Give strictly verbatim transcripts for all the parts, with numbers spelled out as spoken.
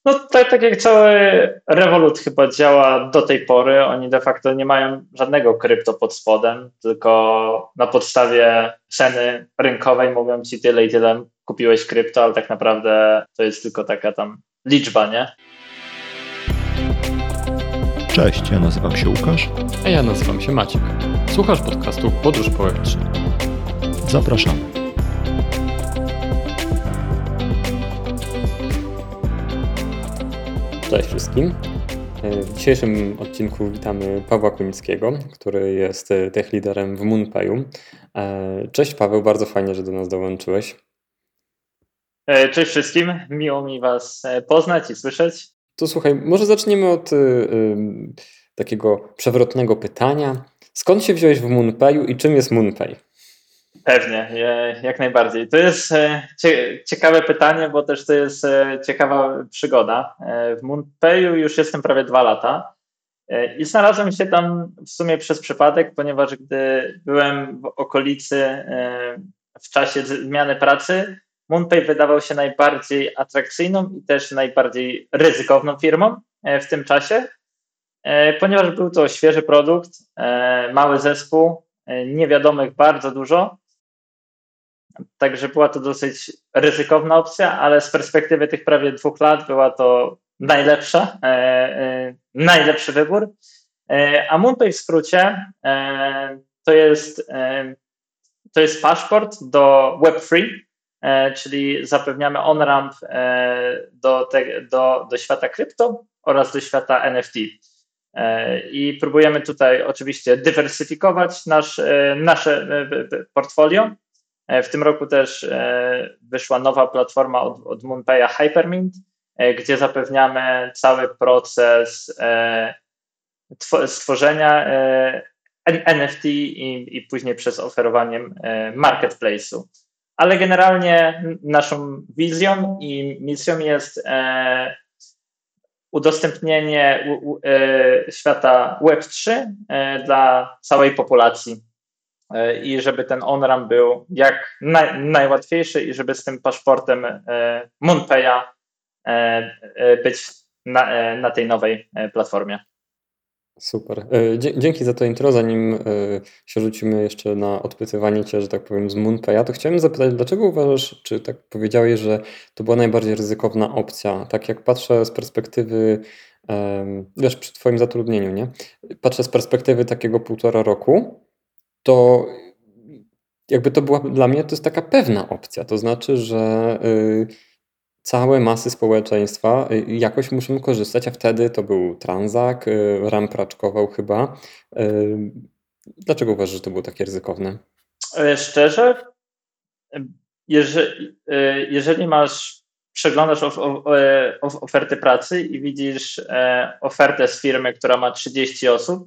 No tak, tak jak cały Revolut chyba działa do tej pory, oni de facto nie mają żadnego krypto pod spodem, tylko na podstawie ceny rynkowej mówią ci tyle i tyle kupiłeś krypto, ale tak naprawdę to jest tylko taka tam liczba, nie? Cześć, ja nazywam się Łukasz. A ja nazywam się Maciek. Słuchasz podcastu Podróż po Web trzy. Zapraszamy. Cześć wszystkim. W dzisiejszym odcinku witamy Pawła Kunickiego, który jest tech liderem w MoonPayu. Cześć Paweł, bardzo fajnie, że do nas dołączyłeś. Cześć wszystkim, miło mi Was poznać i słyszeć. To słuchaj, może zaczniemy od y, y, takiego przewrotnego pytania. Skąd się wziąłeś w MoonPayu i czym jest MoonPay? Pewnie, jak najbardziej. To jest ciekawe pytanie, bo też to jest ciekawa przygoda. W MoonPayu już jestem prawie dwa lata i znalazłem się tam w sumie przez przypadek, ponieważ gdy byłem w okolicy w czasie zmiany pracy, MoonPay wydawał się najbardziej atrakcyjną i też najbardziej ryzykowną firmą w tym czasie, ponieważ był to świeży produkt, mały zespół, niewiadomych bardzo dużo. Także była to dosyć ryzykowna opcja, ale z perspektywy tych prawie dwóch lat była to najlepsza, e, e, najlepszy wybór. E, a MoonPay w skrócie e, to, jest, e, to jest paszport do web trzy, e, czyli zapewniamy on-ramp e, do, te, do, do świata krypto oraz do świata N F T. E, I próbujemy tutaj oczywiście dywersyfikować nasz, e, nasze portfolio. W tym roku też wyszła nowa platforma od, od MoonPaya Hypermint, gdzie zapewniamy cały proces stworzenia N F T i, i później przez oferowaniem marketplace'u. Ale generalnie naszą wizją i misją jest udostępnienie świata web trzy dla całej populacji. I żeby ten on-ramp był jak naj, najłatwiejszy i żeby z tym paszportem e, MoonPaya e, e, być na, e, na tej nowej platformie. Super. Dzięki za to intro. Zanim się rzucimy jeszcze na odpytywanie Cię, że tak powiem, z MoonPaya, to chciałem zapytać, dlaczego uważasz, czy tak powiedziałeś, że to była najbardziej ryzykowna opcja? Tak jak patrzę z perspektywy, wiesz, przy Twoim zatrudnieniu, nie? Patrzę z perspektywy takiego półtora roku, to jakby to była dla mnie to jest taka pewna opcja. To znaczy, że y, całe masy społeczeństwa y, jakoś muszą korzystać, a wtedy to był Transact, y, ramp raczkował chyba. Y, dlaczego uważasz, że to było takie ryzykowne? Szczerze, jeżeli, jeżeli masz, przeglądasz of, of, of, oferty pracy i widzisz ofertę z firmy, która ma trzydzieści osób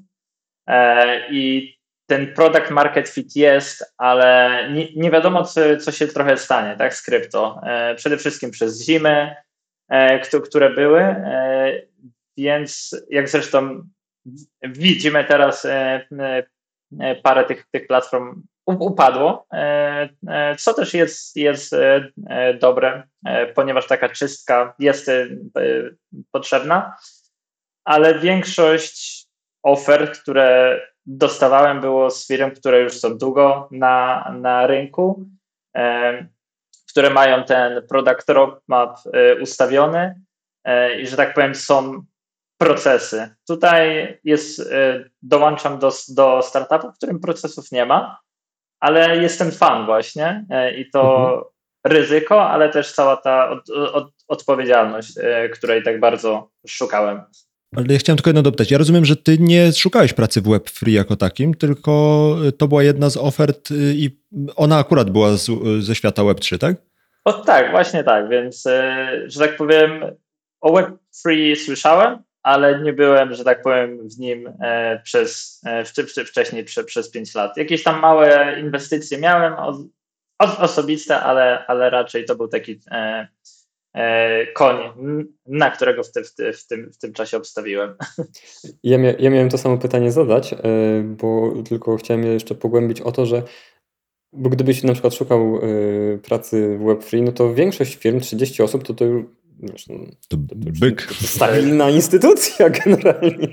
i ten product market fit jest, ale nie, nie wiadomo, co, co się trochę stanie, tak, z krypto. E, przede wszystkim przez zimy, e, które były, e, więc jak zresztą widzimy teraz, e, e, parę tych, tych platform upadło, e, e, co też jest, jest e, dobre, e, ponieważ taka czystka jest e, potrzebna, ale większość ofert, które dostawałem było z firm, które już są długo na, na rynku, e, które mają ten product roadmap e, ustawiony e, i, że tak powiem, są procesy. Tutaj jest, e, dołączam do, do startupu, w którym procesów nie ma, ale jest ten fan właśnie e, i to mhm. ryzyko, ale też cała ta od, od, odpowiedzialność, e, której tak bardzo szukałem. Ale ja chciałem tylko jedno dopytać. Ja rozumiem, że ty nie szukałeś pracy w web trzy jako takim, tylko to była jedna z ofert i ona akurat była z, ze świata web trzy, tak? O tak, właśnie tak, więc, że tak powiem, o web trzy słyszałem, ale nie byłem, że tak powiem, w nim przez, wcześniej przez pięć lat. Jakieś tam małe inwestycje miałem osobiste, ale, ale raczej to był taki koń, na którego w, te, w, te, w, tym, w tym czasie obstawiłem. Ja, mia, ja miałem to samo pytanie zadać, bo tylko chciałem je jeszcze pogłębić o to, że bo gdybyś na przykład szukał pracy w web trzy, no to większość firm, trzydzieści osób, to to Zresztą, To to, to, byk. To stabilna instytucja generalnie.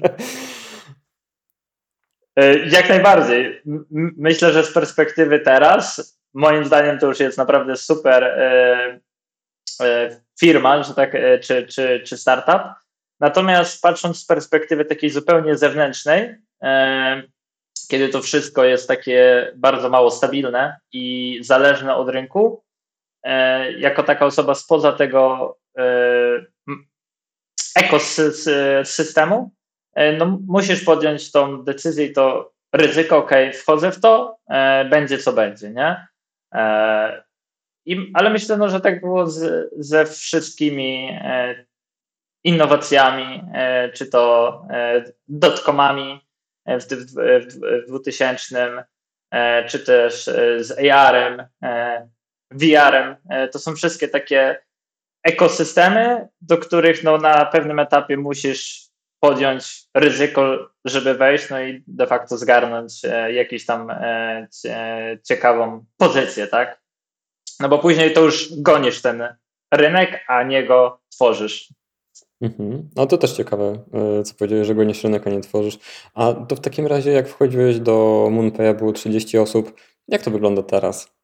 Jak najbardziej. M- Myślę, że z perspektywy teraz, moim zdaniem to już jest naprawdę super e, e, firma, że tak, e, czy, czy, czy startup. Natomiast patrząc z perspektywy takiej zupełnie zewnętrznej, e, kiedy to wszystko jest takie bardzo mało stabilne i zależne od rynku, e, jako taka osoba spoza tego e, m- ekosystemu, e, no musisz podjąć tą decyzję i to ryzyko, ok, wchodzę w to, e, będzie co będzie, nie? E, i, ale myślę, no, że tak było z, ze wszystkimi e, innowacjami, e, czy to e, dotcomami w, w, w, w dwutysięcznym, e, czy też e, z A R-em, e, V R-em. E, to są wszystkie takie ekosystemy, do których no, na pewnym etapie musisz podjąć ryzyko, żeby wejść, no i de facto zgarnąć e, jakąś tam e, cie, ciekawą pozycję, tak? No bo później to już gonisz ten rynek, a nie go tworzysz. Mhm. No to też ciekawe, e, co powiedziałeś, że gonisz rynek, a nie tworzysz. A to w takim razie, jak wchodziłeś do MoonPaya, było trzydzieści osób. Jak to wygląda teraz?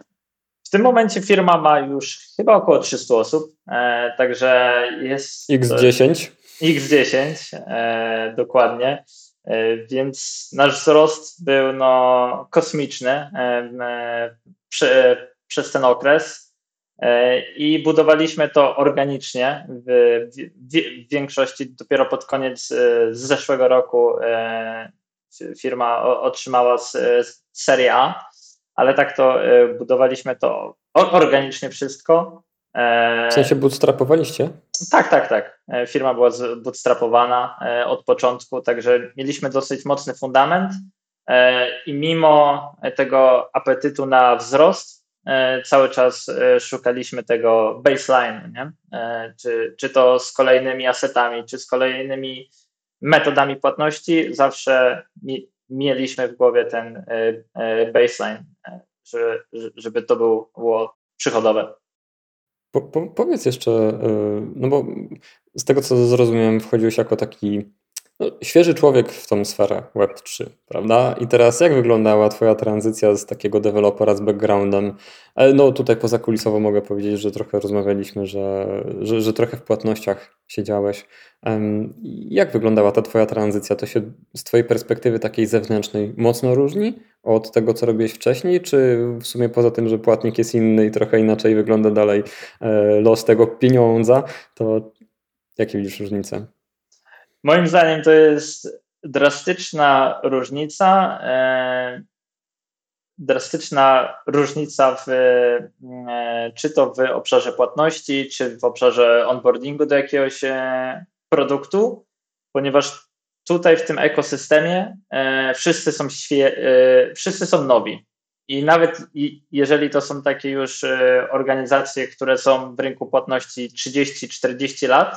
W tym momencie firma ma już chyba około trzysta osób, e, także jest iks dziesięć? iks dziesięć, e, dokładnie, e, więc nasz wzrost był no, kosmiczny e, e, przy, przez ten okres e, i budowaliśmy to organicznie w, w, w większości. Dopiero pod koniec e, z zeszłego roku e, firma o, otrzymała z, z serię A, ale tak to e, budowaliśmy to o- organicznie wszystko. E, W sensie bootstrapowaliście? tak, tak, tak. E, Firma była bootstrapowana e, od początku, także mieliśmy dosyć mocny fundament e, i mimo tego apetytu na wzrost e, cały czas e, szukaliśmy tego baseline, nie? E, Czy, czy to z kolejnymi asetami, czy z kolejnymi metodami płatności, zawsze mi, mieliśmy w głowie ten e, e, baseline, e, żeby, żeby to było przychodowe. Po, po, powiedz jeszcze, y, no bo z tego co zrozumiałem, wchodziłeś jako taki no, świeży człowiek w tą sferę web trzy, prawda? I teraz jak wyglądała twoja tranzycja z takiego dewelopera z backgroundem? E, No tutaj pozakulisowo mogę powiedzieć, że trochę rozmawialiśmy, że, że, że trochę w płatnościach siedziałeś. Em, Jak wyglądała ta twoja tranzycja? To się z twojej perspektywy takiej zewnętrznej mocno różni od tego, co robiłeś wcześniej? Czy w sumie poza tym, że płatnik jest inny i trochę inaczej wygląda dalej e, los tego pieniądza, to jakie widzisz różnice? Moim zdaniem to jest drastyczna różnica, e, drastyczna różnica w, e, czy to w obszarze płatności, czy w obszarze onboardingu do jakiegoś e, produktu, ponieważ tutaj w tym ekosystemie e, wszyscy są świe, e, wszyscy są nowi. I nawet i, jeżeli to są takie już e, organizacje, które są w rynku płatności trzydzieści czterdzieści lat,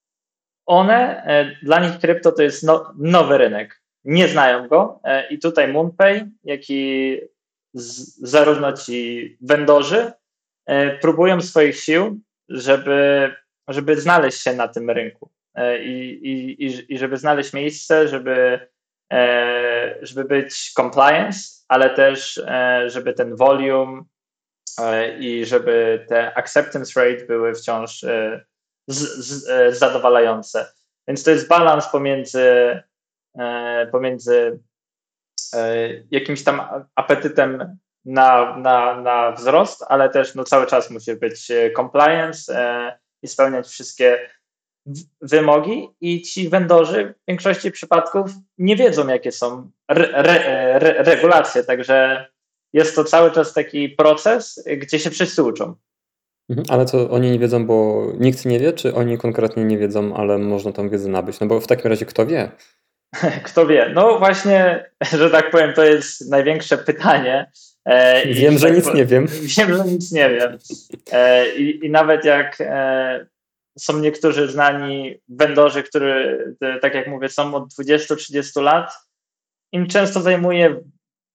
one, e, dla nich krypto to jest no, nowy rynek. Nie znają go e, i tutaj MoonPay, jak i z, zarówno ci vendorzy e, próbują swoich sił, żeby, żeby znaleźć się na tym rynku e, i, i, i żeby znaleźć miejsce, żeby, e, żeby być compliance, ale też e, żeby ten volume e, i żeby te acceptance rate były wciąż e, z, z, e, zadowalające. Więc to jest balans pomiędzy, e, pomiędzy e, jakimś tam apetytem na, na, na wzrost, ale też no, cały czas musi być compliance e, i spełniać wszystkie w- wymogi i ci vendorzy w większości przypadków nie wiedzą, jakie są re, re, re, regulacje, także jest to cały czas taki proces, gdzie się wszyscy uczą. Mhm. Ale to oni nie wiedzą, bo nikt nie wie, czy oni konkretnie nie wiedzą, ale można tą wiedzę nabyć? No bo w takim razie kto wie? Kto wie? No właśnie, że tak powiem, to jest największe pytanie. E, i Wiem, że tak nic po- nie wiem. Wiem, że nic nie wiem. E, i, I nawet jak e, są niektórzy znani vendorzy, którzy, e, tak jak mówię, są od dwudziestu trzydziestu lat, im często zajmuje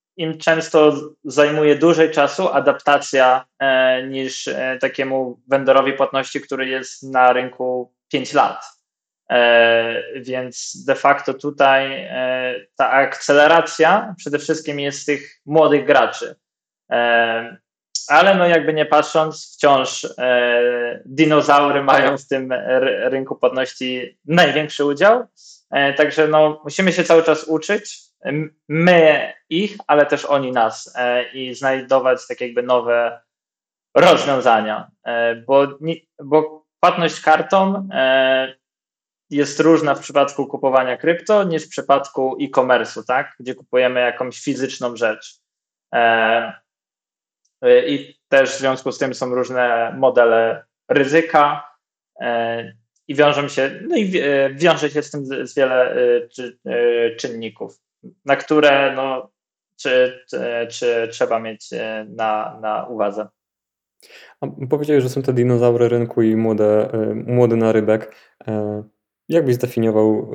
im często zajmuje dłużej czasu adaptacja e, niż e, takiemu vendorowi płatności, który jest na rynku pięć lat. E, więc de facto tutaj e, ta akceleracja przede wszystkim jest z tych młodych graczy. E, ale no jakby nie patrząc, wciąż e, dinozaury mają w tym r- rynku płatności największy udział. E, także no musimy się cały czas uczyć. My ich, ale też oni nas e, i znajdować tak jakby nowe rozwiązania, e, bo, bo płatność kartą e, jest różna w przypadku kupowania krypto niż w przypadku e-commerce'u, tak? Gdzie kupujemy jakąś fizyczną rzecz. E, I też w związku z tym są różne modele ryzyka e, i wiążą się, no i wiąże się z tym z wiele czy, czynników, na które no, czy, czy, czy trzeba mieć na, na uwadze. A powiedziałeś, że są te dinozaury rynku i młode, młody narybek. Jak byś zdefiniował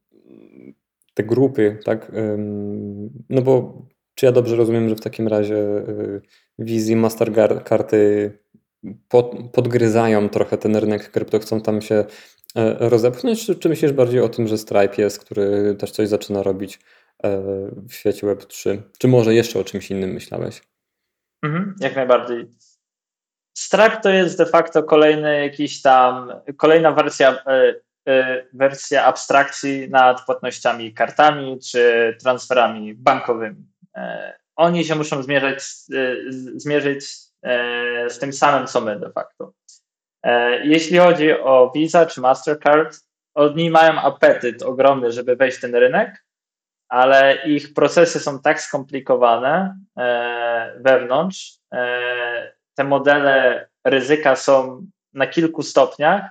te grupy, tak? No bo czy ja dobrze rozumiem, że w takim razie Visa, Mastercardy pod, podgryzają trochę ten rynek krypto, chcą tam się rozepchnąć, czy, czy myślisz bardziej o tym, że Stripe jest, który też coś zaczyna robić w świecie web trzy? Czy może jeszcze o czymś innym myślałeś? Mhm, jak najbardziej. Stripe to jest de facto kolejny jakiś tam, kolejna wersja, wersja abstrakcji nad płatnościami kartami czy transferami bankowymi. Oni się muszą zmierzyć, zmierzyć z tym samym, co my de facto. Jeśli chodzi o Visa czy Mastercard, oni mają apetyt ogromny, żeby wejść w ten rynek, ale ich procesy są tak skomplikowane wewnątrz, te modele ryzyka są na kilku stopniach,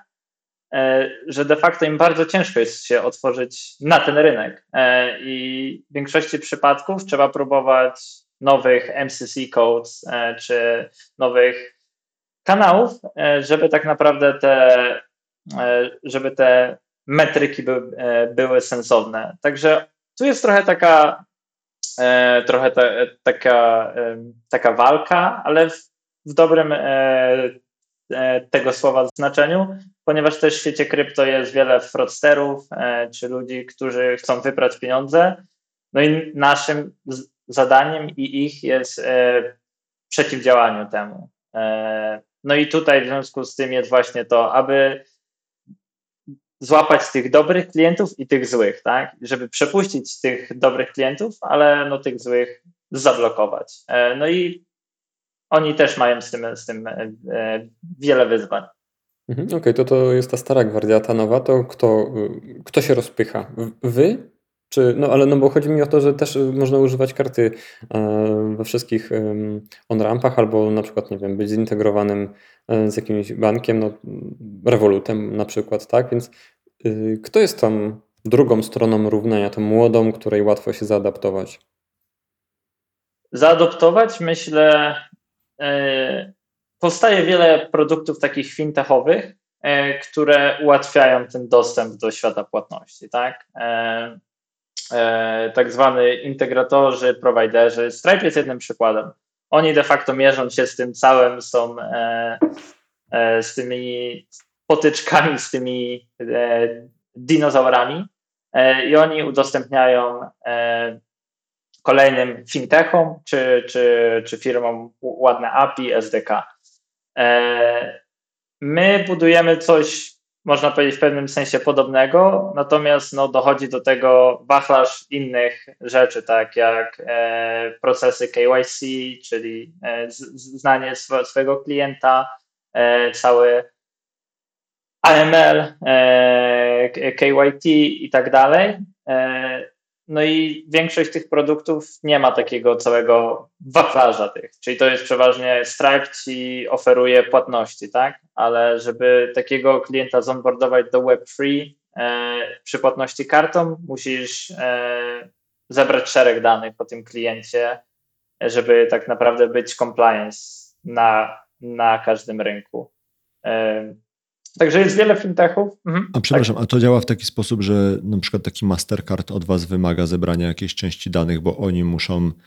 że de facto im bardzo ciężko jest się otworzyć na ten rynek i w większości przypadków trzeba próbować nowych M C C codes czy nowych kanałów, żeby tak naprawdę te, żeby te metryki były, były sensowne. Także tu jest trochę taka trochę ta, taka, taka walka, ale w, w dobrym tego słowa znaczeniu, ponieważ też w świecie krypto jest wiele fraudsterów czy ludzi, którzy chcą wyprać pieniądze. No i naszym zadaniem i ich jest przeciwdziałaniu temu. No i tutaj w związku z tym jest właśnie to, aby złapać tych dobrych klientów i tych złych, tak? Żeby przepuścić tych dobrych klientów, ale no tych złych zablokować. No i oni też mają z tym, z tym wiele wyzwań. Mhm, Okej, okay, to to jest ta stara gwardia, ta nowa, to kto, kto się rozpycha? Wy? Czy, no ale no bo chodzi mi o to, że też można używać karty we wszystkich on-rampach albo na przykład, nie wiem, być zintegrowanym z jakimś bankiem, no Revolutem na przykład, tak? Więc kto jest tą drugą stroną równania, tą młodą, której łatwo się zaadaptować? Zaadoptować, myślę, powstaje wiele produktów takich fintechowych, które ułatwiają ten dostęp do świata płatności, tak? Tak zwany integratorzy, prowajderzy. Stripe jest jednym przykładem. Oni de facto mierzą się z tym całym, z, tą, z tymi potyczkami, z tymi dinozaurami i oni udostępniają kolejnym fintechom czy, czy, czy firmom ładne A P I, S D K. My budujemy coś, można powiedzieć, w pewnym sensie podobnego, natomiast no, dochodzi do tego wachlarz innych rzeczy, tak jak e, procesy K Y C, czyli e, z, znanie sw- swojego klienta, e, cały A M L, e, K Y T i tak dalej. E, no i większość tych produktów nie ma takiego całego wachlarza tych, czyli to jest przeważnie Stripe ci oferuje płatności, tak? Ale żeby takiego klienta zonboardować do web trzy e, przy płatności kartą, musisz e, zebrać szereg danych o tym kliencie, żeby tak naprawdę być compliance na, na każdym rynku. E, Także jest wiele fintechów. Mhm, a przepraszam, tak. A to działa w taki sposób, że na przykład taki Mastercard od was wymaga zebrania jakiejś części danych, bo oni muszą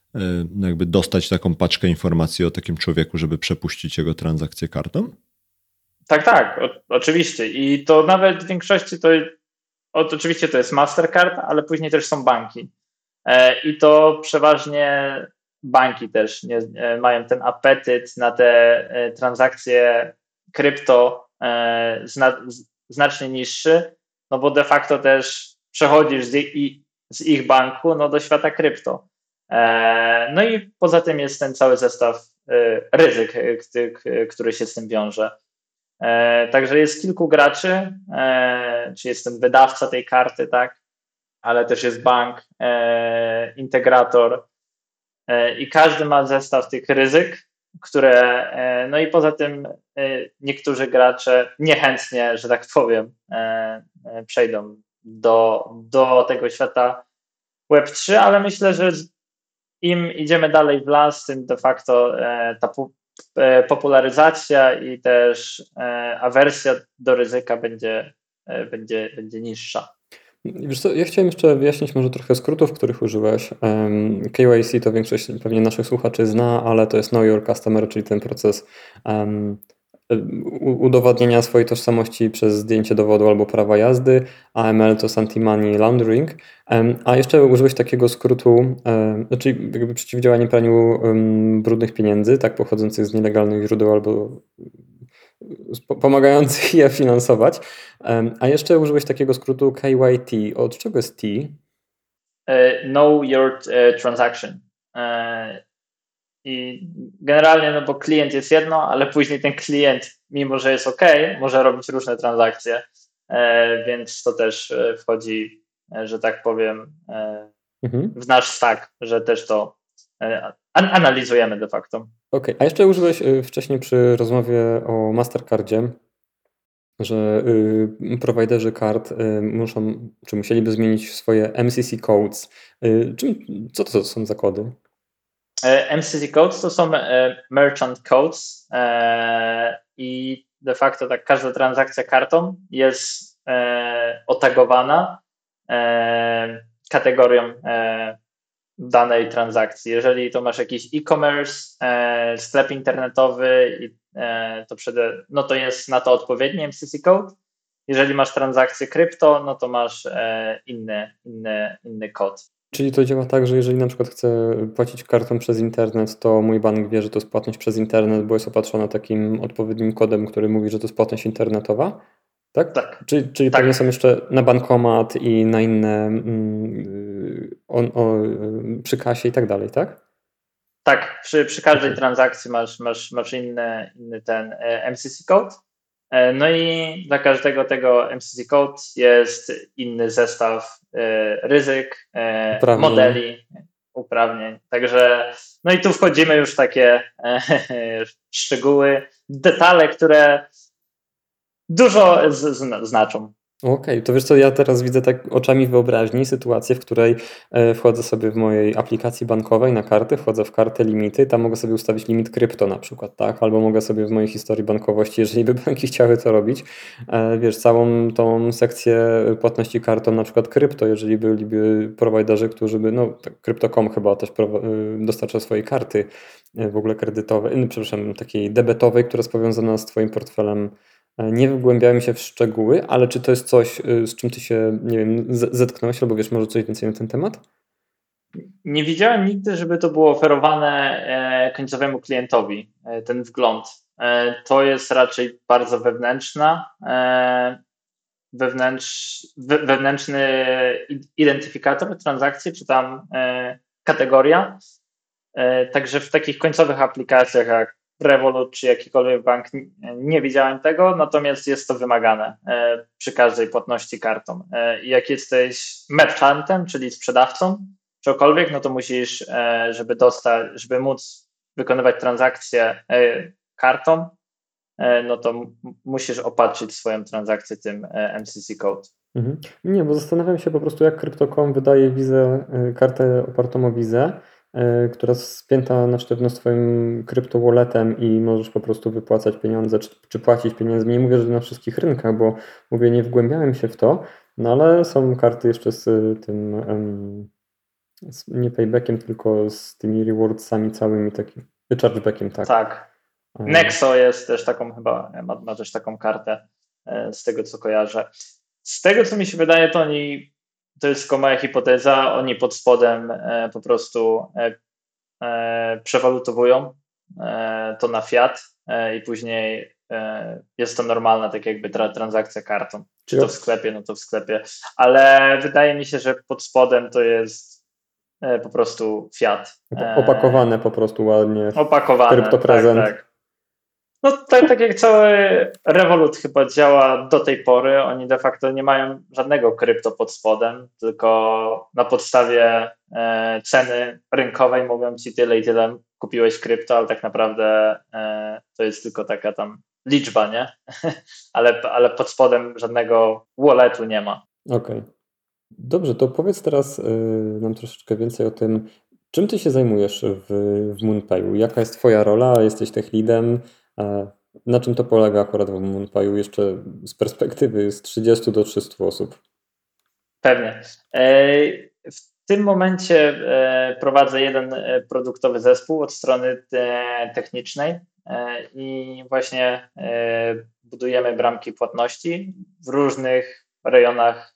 no jakby dostać taką paczkę informacji o takim człowieku, żeby przepuścić jego transakcję kartą? Tak, tak, o, oczywiście. I to nawet w większości to, o, oczywiście to jest Mastercard, ale później też są banki. E, I to przeważnie banki też nie, e, mają ten apetyt na te e, transakcje krypto e, zna, z, znacznie niższy, no bo de facto też przechodzisz z ich, z ich banku no, do świata krypto. E, no i poza tym jest ten cały zestaw e, ryzyk, e, który się z tym wiąże. E, także jest kilku graczy, e, czy jest ten wydawca tej karty, tak, ale też jest bank, e, integrator e, i każdy ma zestaw tych ryzyk, które, e, no i poza tym e, niektórzy gracze niechętnie, że tak powiem, e, e, przejdą do, do tego świata web trzy, ale myślę, że im idziemy dalej w las, tym de facto e, ta popularyzacja i też e, awersja do ryzyka będzie, e, będzie, będzie niższa. Wiesz co, ja chciałem jeszcze wyjaśnić może trochę skrótów, których użyłeś. Um, K Y C to większość pewnie naszych słuchaczy zna, ale to jest Know Your Customer, czyli ten proces um, udowadniania swojej tożsamości przez zdjęcie dowodu albo prawa jazdy, A M L to jest Anti-Money Laundering, um, a jeszcze użyłeś takiego skrótu, um, czyli jakby przeciwdziałanie praniu um, brudnych pieniędzy, tak pochodzących z nielegalnych źródeł albo pomagających je finansować. A jeszcze użyłeś takiego skrótu K Y T. Od czego jest T? Know Your Transaction. I generalnie, no bo klient jest jedno, ale później ten klient, mimo że jest OK, może robić różne transakcje, więc to też wchodzi, że tak powiem, mhm. w nasz stack, że też to analizujemy de facto. Okej, okay. A jeszcze użyłeś wcześniej przy rozmowie o Mastercardzie, że y, prowajderzy kart y, muszą, czy musieliby zmienić swoje M C C codes. Y, czym, co to są za kody? M C C codes to są merchant codes i de facto tak każda transakcja kartą jest otagowana kategorią danej transakcji. Jeżeli to masz jakiś e-commerce, sklep internetowy, to, przede, no to jest na to odpowiedni M C C code. Jeżeli masz transakcję krypto, no to masz inny, inny, inny kod. Czyli to działa tak, że jeżeli na przykład chcę płacić kartą przez internet, to mój bank wie, że to jest płatność przez internet, bo jest opatrzona takim odpowiednim kodem, który mówi, że to jest płatność internetowa? Tak? Tak. Czyli, czyli tak. pewnie są jeszcze na bankomat i na inne mm, on, o, przy kasie i tak dalej, tak? Tak, przy, przy każdej transakcji masz, masz, masz inny, inny ten M C C code. No i dla każdego tego M C C code jest inny zestaw ryzyk, uprawnień. modeli, uprawnień. Także no i tu wchodzimy już w takie szczegóły, detale, które dużo z, z, znaczą. Okej, okay, to wiesz co, ja teraz widzę tak oczami wyobraźni sytuację, w której e, wchodzę sobie w mojej aplikacji bankowej na karty, wchodzę w kartę limity, tam mogę sobie ustawić limit krypto na przykład, tak? Albo mogę sobie w mojej historii bankowości, jeżeli by banki chciały to robić, e, wiesz, całą tą sekcję płatności kartą na przykład krypto, jeżeli byliby prowajderzy, którzy by, no tak, Crypto kropka com chyba też dostarcza swojej karty w ogóle kredytowej, no, przepraszam, takiej debetowej, która jest powiązana z twoim portfelem. Nie wgłębiałem się w szczegóły, ale czy to jest coś, z czym ty się, nie wiem, zetknąłeś, albo wiesz może coś więcej na ten temat? Nie widziałem nigdy, żeby to było oferowane końcowemu klientowi, ten wgląd. To jest raczej bardzo wewnętrzna, wewnętrz, wewnętrzny identyfikator transakcji, czy tam kategoria. Także w takich końcowych aplikacjach jak Revolut czy jakikolwiek bank nie widziałem tego, natomiast jest to wymagane przy każdej płatności kartą. Jak jesteś merchantem, czyli sprzedawcą czegokolwiek, no to musisz, żeby dostać, żeby móc wykonywać transakcję kartą, no to musisz opatrzyć swoją transakcję tym M C C code. Mhm. Nie, bo zastanawiam się po prostu, jak Crypto kropka com wydaje wizę, kartę opartą o wizę, która jest spięta na sztywno z twoim krypto walletem i możesz po prostu wypłacać pieniądze, czy, czy płacić pieniędzmi. Nie mówię, że na wszystkich rynkach, bo mówię, nie wgłębiałem się w to, no ale są karty jeszcze z tym um, Z, nie paybackiem, tylko z tymi rewardsami całymi takim, chargebackiem, tak. Tak. Nexo jest też taką chyba, ma, ma też taką kartę z tego, co kojarzę. Z tego, co mi się wydaje, to oni, to jest tylko moja hipoteza, oni pod spodem po prostu przewalutowują to na fiat i później jest to normalna tak jakby tra- transakcja kartą. Czy to w sklepie, no to w sklepie. Ale wydaje mi się, że pod spodem to jest po prostu fiat. Opakowane po prostu ładnie. Opakowane, kryptoprezent. Tak, tak. No tak, tak jak cały Revolut chyba działa do tej pory, oni de facto nie mają żadnego krypto pod spodem, tylko na podstawie e, ceny rynkowej mówią ci tyle i tyle kupiłeś krypto, ale tak naprawdę e, to jest tylko taka tam liczba, nie? ale, ale pod spodem żadnego walletu nie ma. Okej. Okay. Dobrze, to powiedz teraz y, nam troszeczkę więcej o tym, czym ty się zajmujesz w, w MoonPayu? Jaka jest twoja rola? Jesteś tech leadem? Na czym to polega akurat w MoonPayu jeszcze z perspektywy z trzydziestu do trzystu osób? Pewnie. W tym momencie prowadzę jeden produktowy zespół od strony technicznej i właśnie budujemy bramki płatności w różnych rejonach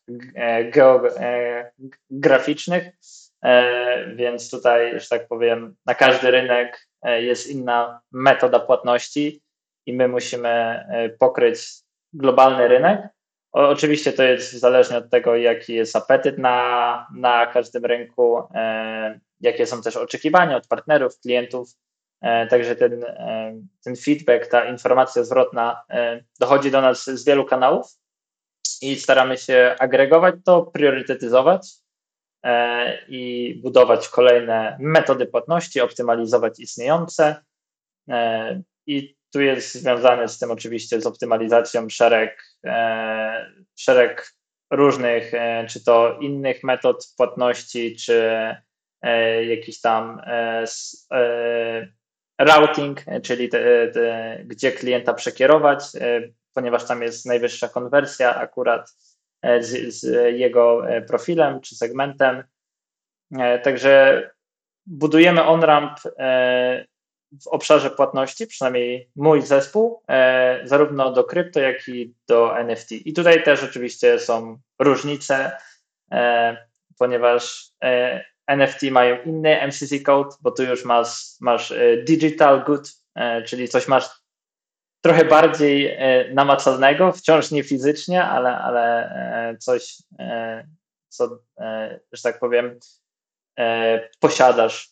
geograficznych, więc tutaj, że tak powiem, na każdy rynek jest inna metoda płatności i my musimy pokryć globalny rynek. O, oczywiście to jest zależnie od tego, jaki jest apetyt na, na każdym rynku, e, jakie są też oczekiwania od partnerów, klientów, e, także ten, e, ten feedback, ta informacja zwrotna e, dochodzi do nas z wielu kanałów i staramy się agregować to, priorytetyzować e, i budować kolejne metody płatności, optymalizować istniejące e, i tu jest związany z tym oczywiście z optymalizacją szereg, e, szereg różnych, e, czy to innych metod płatności, czy e, jakiś tam e, e, routing, czyli te, te, gdzie klienta przekierować, e, ponieważ tam jest najwyższa konwersja akurat e, z, z jego profilem czy segmentem. E, także budujemy on-ramp e, w obszarze płatności, przynajmniej mój zespół, e, zarówno do krypto, jak i do N F T. I tutaj też oczywiście są różnice, e, ponieważ e, N F T mają inny M C C code, bo tu już masz, masz e, digital good, e, czyli coś masz trochę bardziej e, namacalnego, wciąż nie fizycznie, ale, ale e, coś, e, co, e, że tak powiem, e, posiadasz.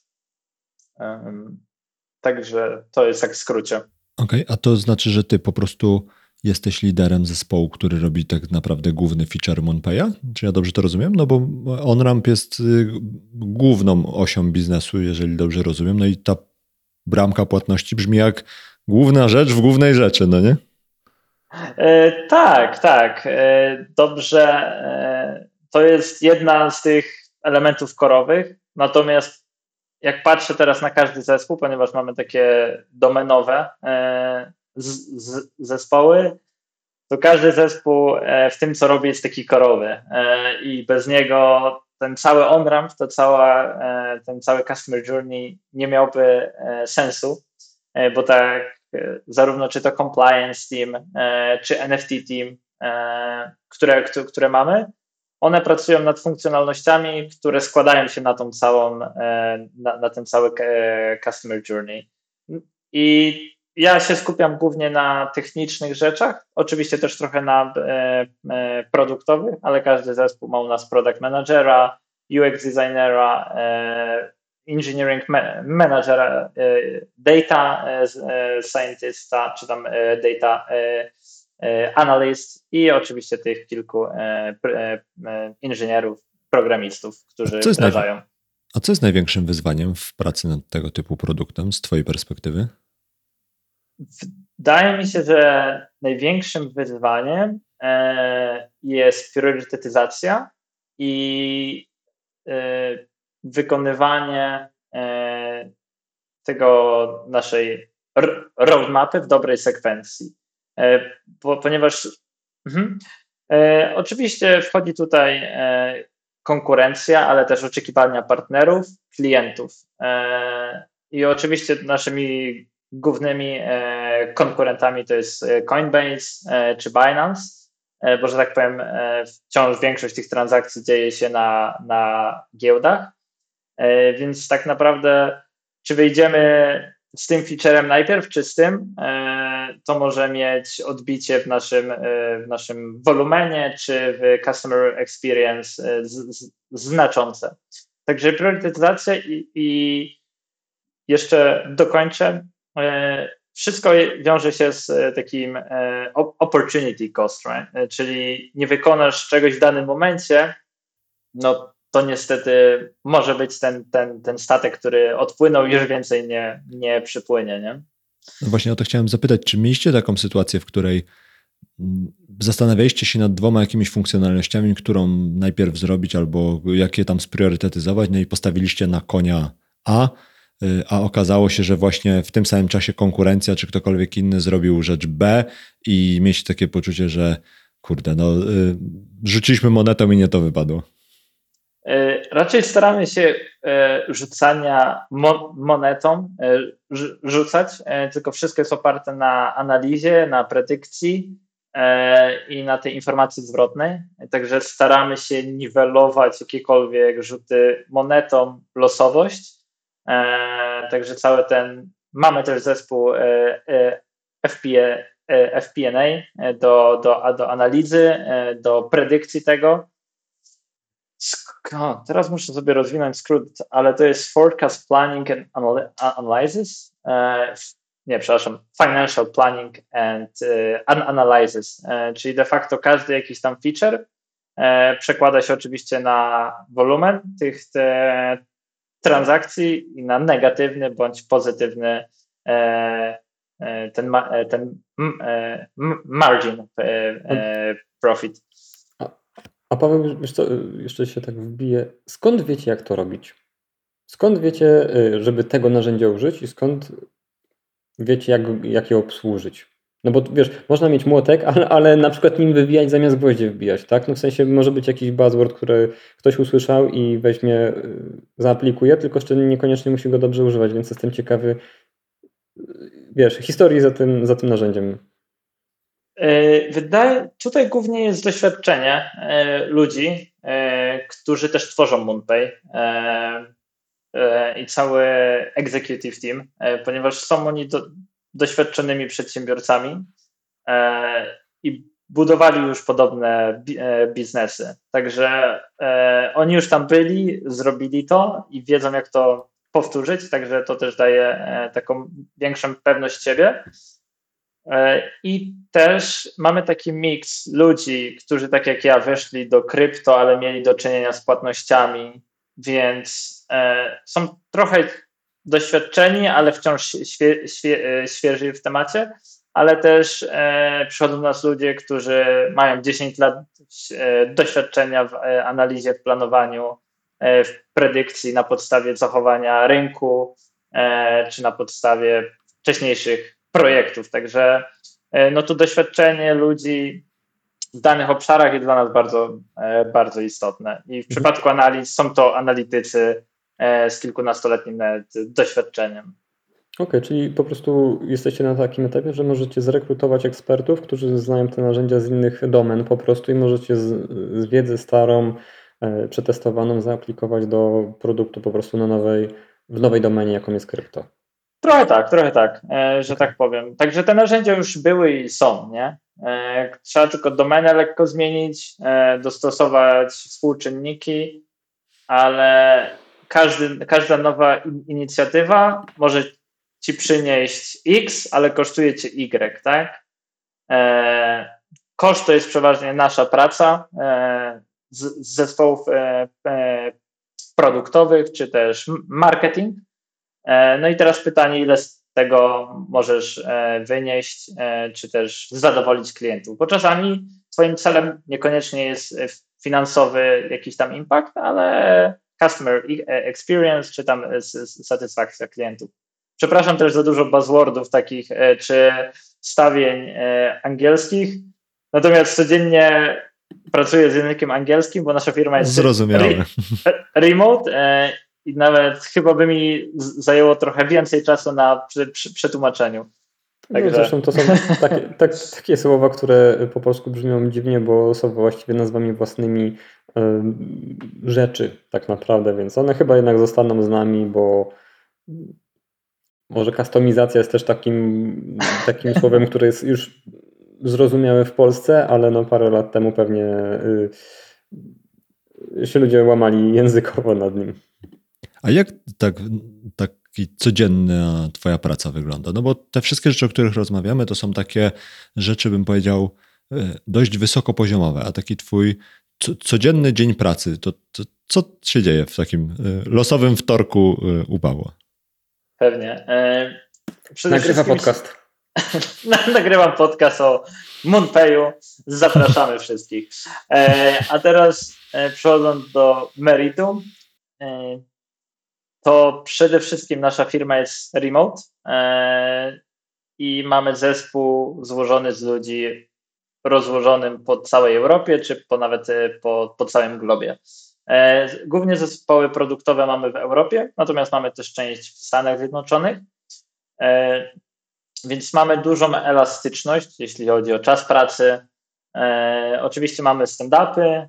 Um, Także to jest tak w skrócie. Okej, okay, a to znaczy, że ty po prostu jesteś liderem zespołu, który robi tak naprawdę główny feature MoonPaya? Czy ja dobrze to rozumiem? No bo OnRamp jest główną osią biznesu, jeżeli dobrze rozumiem. No i ta bramka płatności brzmi jak główna rzecz w głównej rzeczy, no nie? E, tak, tak. E, dobrze. E, to jest jedna z tych elementów korowych. Natomiast jak patrzę teraz na każdy zespół, ponieważ mamy takie domenowe e, z, z, zespoły, to każdy zespół e, w tym, co robi, jest taki korowy e, i bez niego ten cały on-ramp, to cała, e, ten cały customer journey nie miałby e, sensu, e, bo tak e, zarówno czy to compliance team, e, czy N F T team, e, które, które mamy, one pracują nad funkcjonalnościami, które składają się na tą całą, na, na ten cały customer journey. I ja się skupiam głównie na technicznych rzeczach, oczywiście też trochę na produktowych, ale każdy zespół ma u nas product managera, U X designera, engineering managera, data scientista, czy tam data analyst i oczywiście tych kilku e, e, inżynierów, programistów, którzy wdrażają. Naj... A co jest największym wyzwaniem w pracy nad tego typu produktem z twojej perspektywy? Wydaje mi się, że największym wyzwaniem e, jest priorytetyzacja i e, wykonywanie e, tego naszej roadmapy w dobrej sekwencji. Bo, ponieważ mhm, e, oczywiście wchodzi tutaj e, konkurencja, ale też oczekiwania partnerów, klientów. I oczywiście naszymi głównymi konkurentami to jest Coinbase czy Binance, bo że tak powiem wciąż większość tych transakcji dzieje się na, na giełdach, więc tak naprawdę czy wyjdziemy z tym featurem najpierw, czy z tym, to może mieć odbicie w naszym, w naszym wolumenie, czy w customer experience z, z, znaczące. Także priorytetyzacja i, i jeszcze dokończę. Wszystko wiąże się z takim opportunity cost, right? Czyli nie wykonasz czegoś w danym momencie, no to niestety może być ten, ten, ten statek, który odpłynął i już więcej nie, nie przypłynie, nie? No właśnie o to chciałem zapytać, czy mieliście taką sytuację, w której zastanawialiście się nad dwoma jakimiś funkcjonalnościami, którą najpierw zrobić albo jakie tam spriorytetyzować, no i postawiliście na konia A, a okazało się, że właśnie w tym samym czasie konkurencja czy ktokolwiek inny zrobił rzecz B i mieliście takie poczucie, że kurde, no rzuciliśmy monetą i nie to wypadło. Raczej staramy się rzucania monetą rzucać, tylko wszystko jest oparte na analizie, na predykcji i na tej informacji zwrotnej. Także staramy się niwelować jakiekolwiek rzuty monetą, losowość. Także cały ten, mamy też zespół F P and A do, do, do analizy, do predykcji tego. O, teraz muszę sobie rozwinąć skrót, ale to jest Forecast Planning and Analysis. E, nie, przepraszam, Financial Planning and uh, Analysis, e, czyli de facto każdy jakiś tam feature e, przekłada się oczywiście na wolumen tych te, transakcji i na negatywny bądź pozytywny e, e, ten, ma, ten e, margin e, profit. A Paweł, wiesz co, jeszcze się tak wbije. Skąd wiecie, jak to robić? Skąd wiecie, żeby tego narzędzia użyć i skąd wiecie, jak, jak je obsłużyć? No bo wiesz, można mieć młotek, ale, ale na przykład nim wywijać zamiast gwoździe wbijać, tak? No w sensie może być jakiś buzzword, który ktoś usłyszał i weźmie, zaaplikuje, tylko jeszcze niekoniecznie musi go dobrze używać, więc jestem ciekawy, wiesz, historii za tym, za tym narzędziem. Wydaje, tutaj głównie jest doświadczenie ludzi, którzy też tworzą MoonPay i cały executive team, ponieważ są oni do, doświadczonymi przedsiębiorcami i budowali już podobne biznesy. Także oni już tam byli, zrobili to i wiedzą, jak to powtórzyć, także to też daje taką większą pewność siebie. I też mamy taki miks ludzi, którzy tak jak ja weszli do krypto, ale mieli do czynienia z płatnościami, więc są trochę doświadczeni, ale wciąż świe, świe, świeży w temacie, ale też przychodzą do nas ludzie, którzy mają dziesięć lat doświadczenia w analizie, w planowaniu, w predykcji na podstawie zachowania rynku, czy na podstawie wcześniejszych projektów. Także no tu doświadczenie ludzi w danych obszarach jest dla nas bardzo, bardzo istotne. I w przypadku analiz są to analitycy z kilkunastoletnim nawet doświadczeniem. Okej, okay, czyli po prostu jesteście na takim etapie, że możecie zrekrutować ekspertów, którzy znają te narzędzia z innych domen po prostu i możecie z, z wiedzy starą, e, przetestowaną zaaplikować do produktu po prostu na nowej, w nowej domenie, jaką jest krypto. Trochę tak, trochę tak, e, że okay. tak powiem. Także te narzędzia już były i są, nie? E, trzeba tylko domenę lekko zmienić, e, dostosować współczynniki, ale każdy, każda nowa in, inicjatywa może ci przynieść X, ale kosztuje cię Y, tak? E, koszt to jest przeważnie nasza praca e, z, z zespołów e, e, produktowych, czy też marketing. E, no i teraz pytanie, ile z tego możesz e, wynieść, e, czy też zadowolić klientów, bo czasami twoim celem niekoniecznie jest finansowy jakiś tam impact, ale customer experience, czy tam satysfakcja klientów. Przepraszam też za dużo buzzwordów takich, czy stawień angielskich, natomiast codziennie pracuję z językiem angielskim, bo nasza firma jest Zrozumiałe. Re- remote e, i nawet chyba by mi zajęło trochę więcej czasu na przy, przy, przetłumaczeniu. Także... No zresztą to są takie, tak, takie słowa, które po polsku brzmią dziwnie, bo są właściwie nazwami własnymi y, rzeczy tak naprawdę, więc one chyba jednak zostaną z nami, bo może kustomizacja jest też takim, takim słowem, które jest już zrozumiałe w Polsce, ale no parę lat temu pewnie y, się ludzie łamali językowo nad nim. A jak tak, taki codzienna twoja praca wygląda? No bo te wszystkie rzeczy, o których rozmawiamy, to są takie rzeczy, bym powiedział, dość wysokopoziomowe, a taki twój co, codzienny dzień pracy, to, to co się dzieje w takim losowym wtorku u Pawła? Pewnie. Nagrywa podcast. Nagrywam podcast o MoonPayu. Zapraszamy wszystkich. A teraz przechodząc do meritum, to przede wszystkim nasza firma jest remote i mamy zespół złożony z ludzi rozłożonym po całej Europie, czy po nawet po, po całym globie. Głównie zespoły produktowe mamy w Europie, natomiast mamy też część w Stanach Zjednoczonych, więc mamy dużą elastyczność, jeśli chodzi o czas pracy. Oczywiście mamy stand-upy,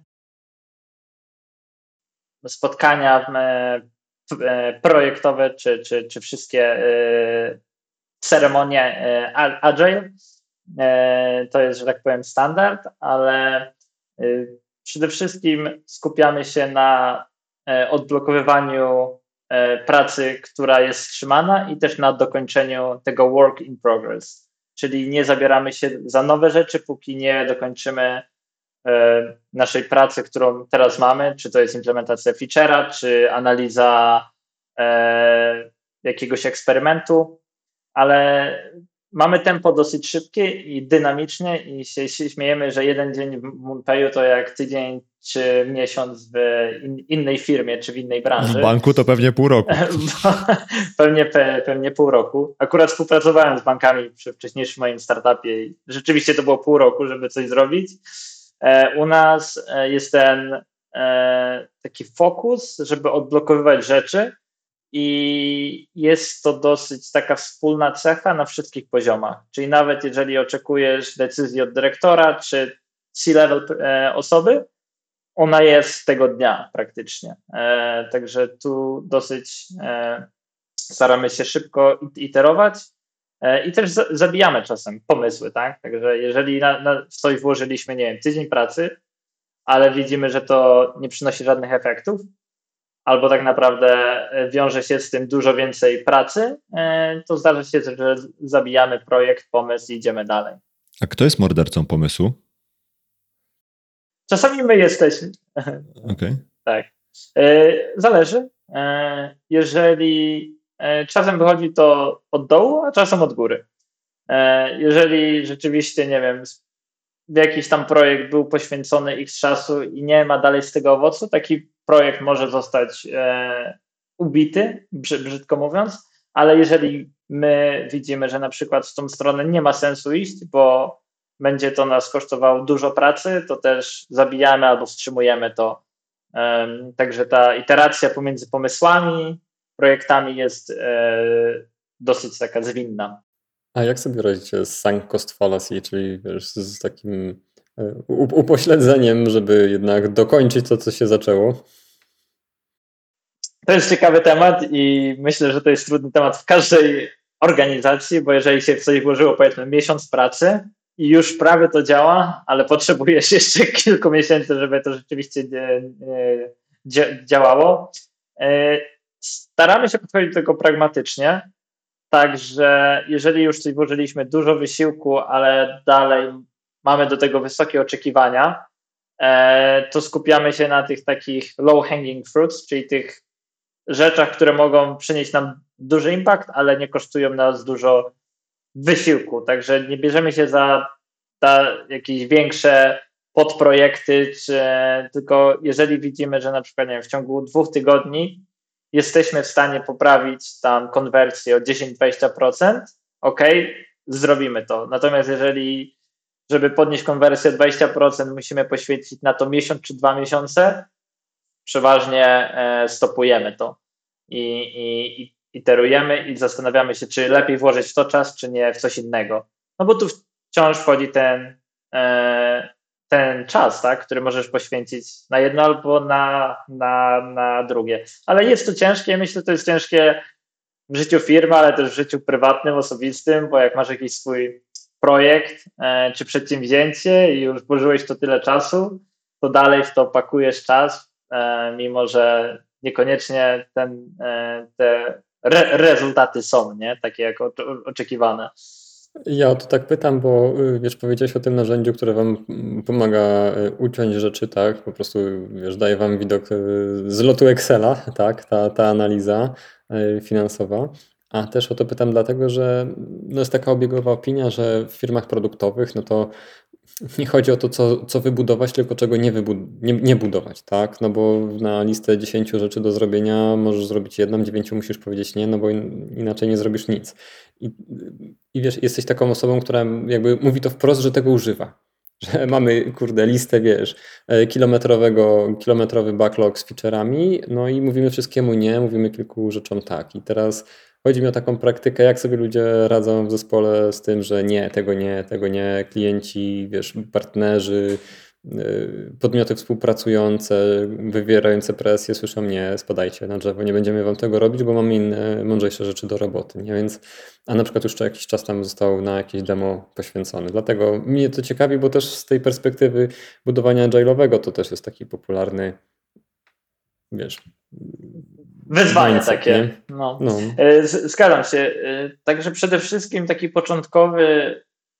spotkania projektowe, czy, czy, czy wszystkie ceremonie agile. To jest, że tak powiem, standard, ale przede wszystkim skupiamy się na odblokowywaniu pracy, która jest wstrzymana i też na dokończeniu tego work in progress, czyli nie zabieramy się za nowe rzeczy, póki nie dokończymy naszej pracy, którą teraz mamy, czy to jest implementacja feature'a, czy analiza jakiegoś eksperymentu, ale mamy tempo dosyć szybkie i dynamiczne i się, się śmiejemy, że jeden dzień w MoonPayu to jak tydzień czy miesiąc w in, innej firmie czy w innej branży. W banku to pewnie pół roku. pewnie, pe, pewnie pół roku. Akurat współpracowałem z bankami przy wcześniejszym moim startupie i rzeczywiście to było pół roku, żeby coś zrobić. E, u nas jest ten e, taki fokus, żeby odblokowywać rzeczy, i jest to dosyć taka wspólna cecha na wszystkich poziomach. Czyli nawet jeżeli oczekujesz decyzji od dyrektora czy C-level e, osoby, ona jest tego dnia praktycznie. E, także tu dosyć e, staramy się szybko iterować e, i też za, zabijamy czasem pomysły, tak? Także jeżeli na, na coś włożyliśmy, nie wiem, tydzień pracy, ale widzimy, że to nie przynosi żadnych efektów, albo tak naprawdę wiąże się z tym dużo więcej pracy, to zdarza się, że zabijamy projekt, pomysł i idziemy dalej. A kto jest mordercą pomysłu? Czasami my jesteśmy. Okay. Tak. Zależy. Jeżeli czasem wychodzi to od dołu, a czasem od góry. Jeżeli rzeczywiście, nie wiem, jakiś tam projekt był poświęcony x czasu i nie ma dalej z tego owocu, taki projekt może zostać e, ubity, brzydko mówiąc, ale jeżeli my widzimy, że na przykład w tą stronę nie ma sensu iść, bo będzie to nas kosztowało dużo pracy, to też zabijamy albo wstrzymujemy to. E, także ta iteracja pomiędzy pomysłami, projektami jest e, dosyć taka zwinna. A jak sobie radzicie z sunk cost fallacy, czyli wiesz, z takim upośledzeniem, żeby jednak dokończyć to, co się zaczęło? To jest ciekawy temat i myślę, że to jest trudny temat w każdej organizacji, bo jeżeli się w coś włożyło, powiedzmy, miesiąc pracy i już prawie to działa, ale potrzebujesz jeszcze kilku miesięcy, żeby to rzeczywiście działało. Staramy się podchodzić do tego pragmatycznie, także jeżeli już coś włożyliśmy dużo wysiłku, ale dalej mamy do tego wysokie oczekiwania, to skupiamy się na tych takich low hanging fruits, czyli tych rzeczach, które mogą przynieść nam duży impact, ale nie kosztują nas dużo wysiłku. Także nie bierzemy się za, za jakieś większe podprojekty, czy, tylko jeżeli widzimy, że na przykład nie wiem, w ciągu dwóch tygodni jesteśmy w stanie poprawić tam konwersję o dziesięć do dwudziestu procent, ok, zrobimy to. Natomiast jeżeli żeby podnieść konwersję o dwadzieścia procent, musimy poświęcić na to miesiąc czy dwa miesiące, przeważnie stopujemy to i, i, i iterujemy i zastanawiamy się, czy lepiej włożyć w to czas, czy nie w coś innego. No bo tu wciąż wchodzi ten, ten czas, tak, który możesz poświęcić na jedno albo na, na, na drugie. Ale jest to ciężkie, myślę, że to jest ciężkie w życiu firmy, ale też w życiu prywatnym, osobistym, bo jak masz jakiś swój projekt czy przedsięwzięcie i już włożyłeś w to tyle czasu, to dalej w to pakujesz czas, mimo że niekoniecznie ten, te re, rezultaty są, nie? Takie jak oczekiwane. Ja o to tak pytam, bo wiesz, powiedziałeś o tym narzędziu, które wam pomaga uciąć rzeczy, tak? Po prostu, wiesz, daje wam widok z lotu Excela, tak? Ta, ta analiza finansowa. A też o to pytam dlatego, że no jest taka obiegowa opinia, że w firmach produktowych, no to nie chodzi o to, co, co wybudować, tylko czego nie, wybud- nie, nie budować, tak? No bo na listę dziesięciu rzeczy do zrobienia możesz zrobić jedną, dziewięciu musisz powiedzieć nie, no bo in, inaczej nie zrobisz nic. I, I wiesz, jesteś taką osobą, która jakby mówi to wprost, że tego używa. Że mamy, kurde, listę, wiesz, kilometrowego, kilometrowy backlog z feature'ami, no i mówimy wszystkiemu nie, mówimy kilku rzeczom tak. I teraz chodzi mi o taką praktykę, jak sobie ludzie radzą w zespole z tym, że nie, tego nie, tego nie, klienci, wiesz, partnerzy, podmioty współpracujące, wywierające presję słyszą nie, spadajcie na drzewo, nie będziemy wam tego robić, bo mamy inne, mądrzejsze rzeczy do roboty, nie? Więc, a na przykład już jakiś czas tam został na jakieś demo poświęcony. Dlatego mnie to ciekawi, bo też z tej perspektywy budowania agile'owego to też jest taki popularny, wiesz, wyzwanie mindset, takie. Nie? No. No. Zgadzam się. Także przede wszystkim taki początkowy,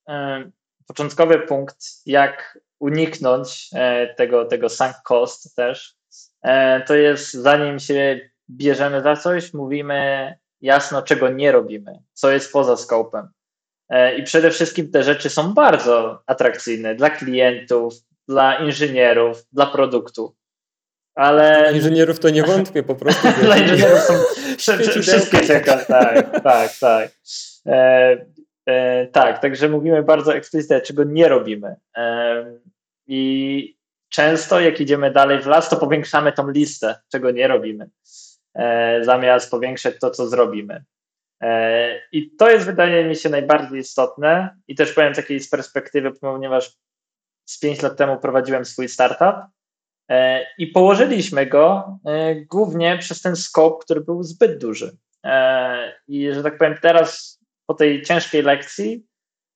początkowy punkt, jak uniknąć tego, tego sunk cost też, to jest zanim się bierzemy za coś, mówimy jasno, czego nie robimy, co jest poza scopem. I przede wszystkim te rzeczy są bardzo atrakcyjne dla klientów, dla inżynierów, dla produktu. Ale... Dla inżynierów to nie wątpię, po prostu. Dla inżynierów są wszystkie czeka, tak, tak, tak. E, e, tak, także mówimy bardzo eksplicitnie, czego nie robimy. E, I często jak idziemy dalej w las, to powiększamy tą listę, czego nie robimy, e, zamiast powiększać to, co zrobimy. E, I to jest, wydaje mi się, najbardziej istotne i też powiem takiej z perspektywy, ponieważ z pięć lat temu prowadziłem swój startup, i położyliśmy go głównie przez ten scope, który był zbyt duży. I że tak powiem, teraz po tej ciężkiej lekcji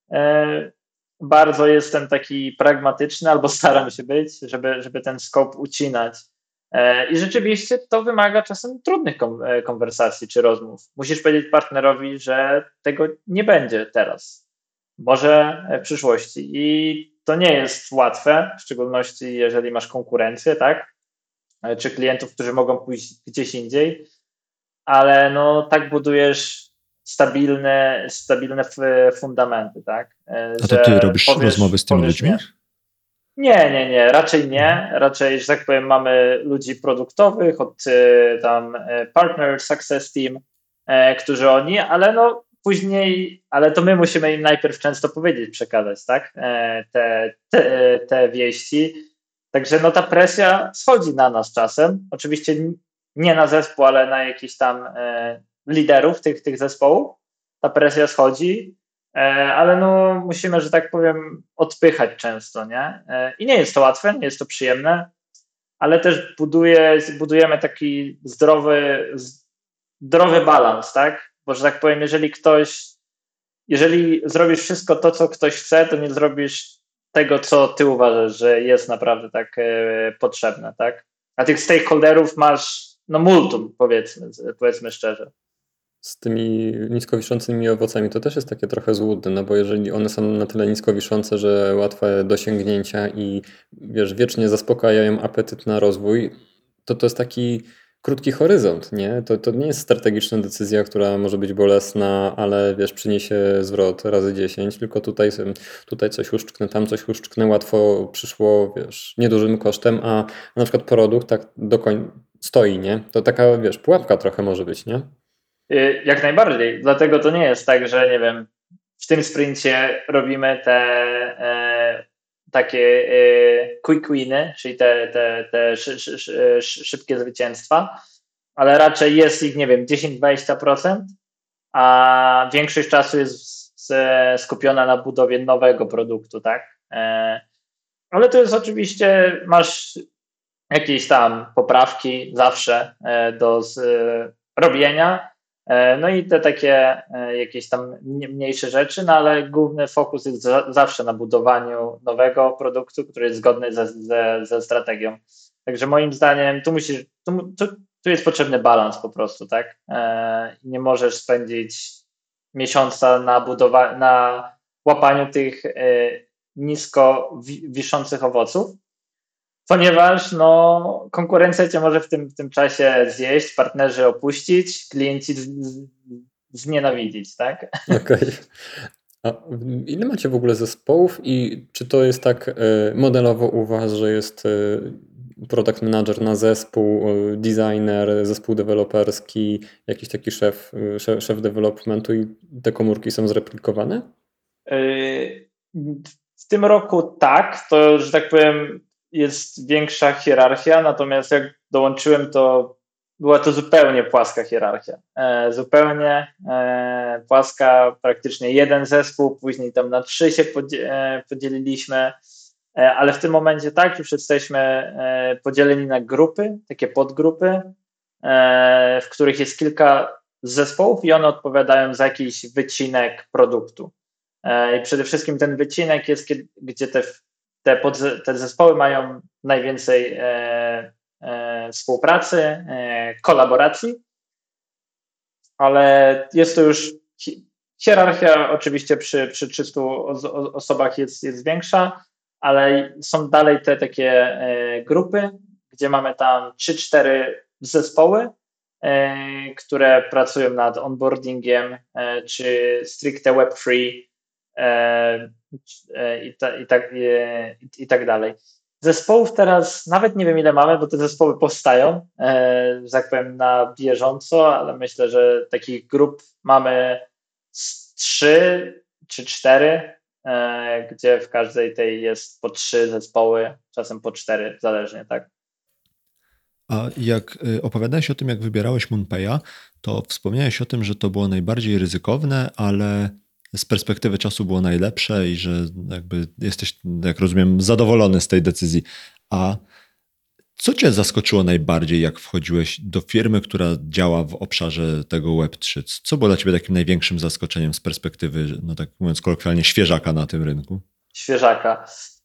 bardzo jestem taki pragmatyczny, albo staram się być, żeby, żeby ten scope ucinać. I rzeczywiście to wymaga czasem trudnych konwersacji czy rozmów. Musisz powiedzieć partnerowi, że tego nie będzie teraz. Może w przyszłości. I to nie jest łatwe, w szczególności jeżeli masz konkurencję, tak? Czy klientów, którzy mogą pójść gdzieś indziej, ale no tak budujesz stabilne, stabilne fundamenty, tak? A to ty robisz powiesz, rozmowy z tymi ludźmi? Nie, nie, nie, raczej nie. Raczej, że tak powiem, mamy ludzi produktowych od tam partner success team, którzy oni, ale no później, ale to my musimy im najpierw często powiedzieć, przekazać, tak, te, te, te wieści. Także no ta presja schodzi na nas czasem. Oczywiście nie na zespół, ale na jakichś tam liderów tych, tych zespołów. Ta presja schodzi, ale no musimy, że tak powiem, odpychać często, nie? I nie jest to łatwe, nie jest to przyjemne, ale też buduje, budujemy taki zdrowy, zdrowy balans, tak? Bo, że tak powiem, jeżeli ktoś, jeżeli zrobisz wszystko to, co ktoś chce, to nie zrobisz tego, co ty uważasz, że jest naprawdę tak e, potrzebne, tak? A tych stakeholderów masz, no multum, powiedzmy, powiedzmy szczerze. Z tymi nisko wiszącymi owocami to też jest takie trochę złudne, no bo jeżeli one są na tyle nisko wiszące, że łatwe do sięgnięcia i wiesz, wiecznie zaspokajają apetyt na rozwój, to to jest taki krótki horyzont, nie? To, to nie jest strategiczna decyzja, która może być bolesna, ale wiesz, przyniesie zwrot razy dziesięć, tylko tutaj, tutaj coś uszczknę, tam coś uszczknę, łatwo przyszło, wiesz, niedużym kosztem, a na przykład produkt tak do koń stoi, nie? To taka, wiesz, pułapka trochę może być, nie? Jak najbardziej, dlatego to nie jest tak, że nie wiem, w tym sprincie robimy te e, takie e, quick winy, czyli te, te, te szy, szy, szy, szybkie zwycięstwa, ale raczej jest ich, nie wiem, dziesięć do dwudziestu procent, a większość czasu jest skupiona na budowie nowego produktu, tak? E, ale to jest oczywiście, masz jakieś tam poprawki zawsze e, do z, e, robienia, e, no i te takie e, jakieś tam mniejsze rzeczy, no ale główny fokus jest za, zawsze na budowaniu nowego produktu, który jest zgodny ze, ze, ze strategią. Także moim zdaniem tu musisz, tu, tu, tu jest potrzebny balans po prostu, tak? E, nie możesz spędzić miesiąca na budowa- na łapaniu tych e, nisko wi- wiszących owoców, ponieważ no, konkurencja cię może w tym, w tym czasie zjeść, partnerzy opuścić, klienci z, z, znienawidzić, tak? Okej. Okay. A ile macie w ogóle zespołów i czy to jest tak modelowo u was, że jest product manager na zespół, designer, zespół deweloperski, jakiś taki szef, szef, szef developmentu i te komórki są zreplikowane? W tym roku tak, to, że tak powiem, jest większa hierarchia, natomiast jak dołączyłem, to była to zupełnie płaska hierarchia. E, zupełnie e, płaska, praktycznie jeden zespół, później tam na trzy się podzie- e, podzieliliśmy, e, ale w tym momencie tak, już jesteśmy e, podzieleni na grupy, takie podgrupy, e, w których jest kilka zespołów i one odpowiadają za jakiś wycinek produktu. E, I przede wszystkim ten wycinek jest, kiedy, gdzie te, te, podze- te zespoły mają najwięcej e, e, współpracy, e, kolaboracji, ale jest to już hi- hierarchia oczywiście przy, przy trzystu o- osobach jest, jest większa, ale są dalej te takie e, grupy, gdzie mamy tam trzy cztery zespoły, e, które pracują nad onboardingiem, e, czy stricte web free, e, e, i, ta, i, tak, e, i, i tak dalej. Zespołów teraz nawet nie wiem ile mamy, bo te zespoły powstają, e, że tak powiem, na bieżąco, ale myślę, że takich grup mamy z trzy czy cztery, e, gdzie w każdej tej jest po trzy zespoły, czasem po cztery, zależnie, tak? A jak y, opowiadałeś o tym, jak wybierałeś MoonPaya, to wspomniałeś o tym, że to było najbardziej ryzykowne, ale z perspektywy czasu było najlepsze i że jakby jesteś, jak rozumiem, zadowolony z tej decyzji. A co cię zaskoczyło najbardziej, jak wchodziłeś do firmy, która działa w obszarze tego web trzy? Co było dla ciebie takim największym zaskoczeniem z perspektywy, no tak mówiąc kolokwialnie, świeżaka na tym rynku? Świeżaka.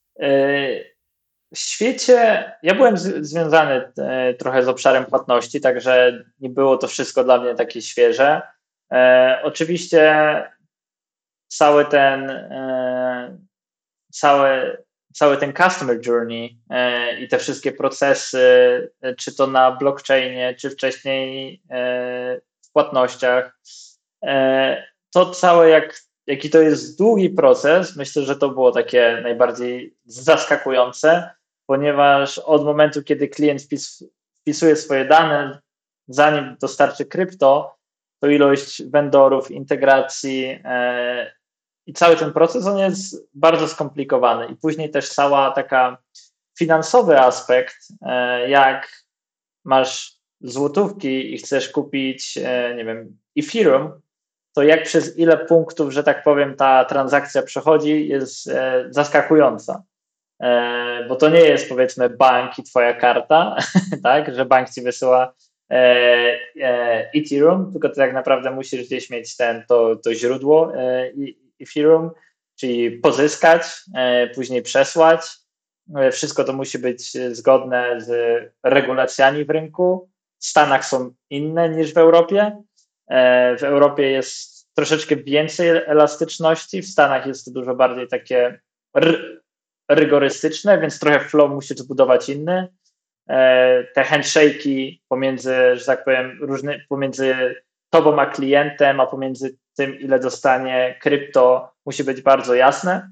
W świecie, ja byłem z, związany e, trochę z obszarem płatności, także nie było to wszystko dla mnie takie świeże. E, oczywiście cały ten e, cały, cały ten customer journey e, i te wszystkie procesy, e, czy to na blockchainie, czy wcześniej e, w płatnościach, e, to całe jak, jaki to jest długi proces, myślę, że to było takie najbardziej zaskakujące, ponieważ od momentu, kiedy klient wpis, wpisuje swoje dane, zanim dostarczy krypto, to ilość vendorów, integracji e, i cały ten proces, on jest bardzo skomplikowany. I później też cała taka finansowy aspekt, e, jak masz złotówki i chcesz kupić, e, nie wiem, Ethereum, to jak przez ile punktów, że tak powiem, ta transakcja przechodzi, jest e, zaskakująca. Bo to nie jest, powiedzmy, bank i twoja karta, tak, że bank ci wysyła e, e, Ethereum, tylko ty tak naprawdę musisz gdzieś mieć ten, to, to źródło e, Ethereum, czyli pozyskać, e, później przesłać. E, wszystko to musi być zgodne z regulacjami w rynku. W Stanach są inne niż w Europie. E, w Europie jest troszeczkę więcej elastyczności, w Stanach jest to dużo bardziej takie r- rygorystyczne, więc trochę flow musi zbudować inny. Te handshake'i pomiędzy, że tak powiem, różny, pomiędzy tobą a klientem, a pomiędzy tym, ile dostanie krypto, musi być bardzo jasne.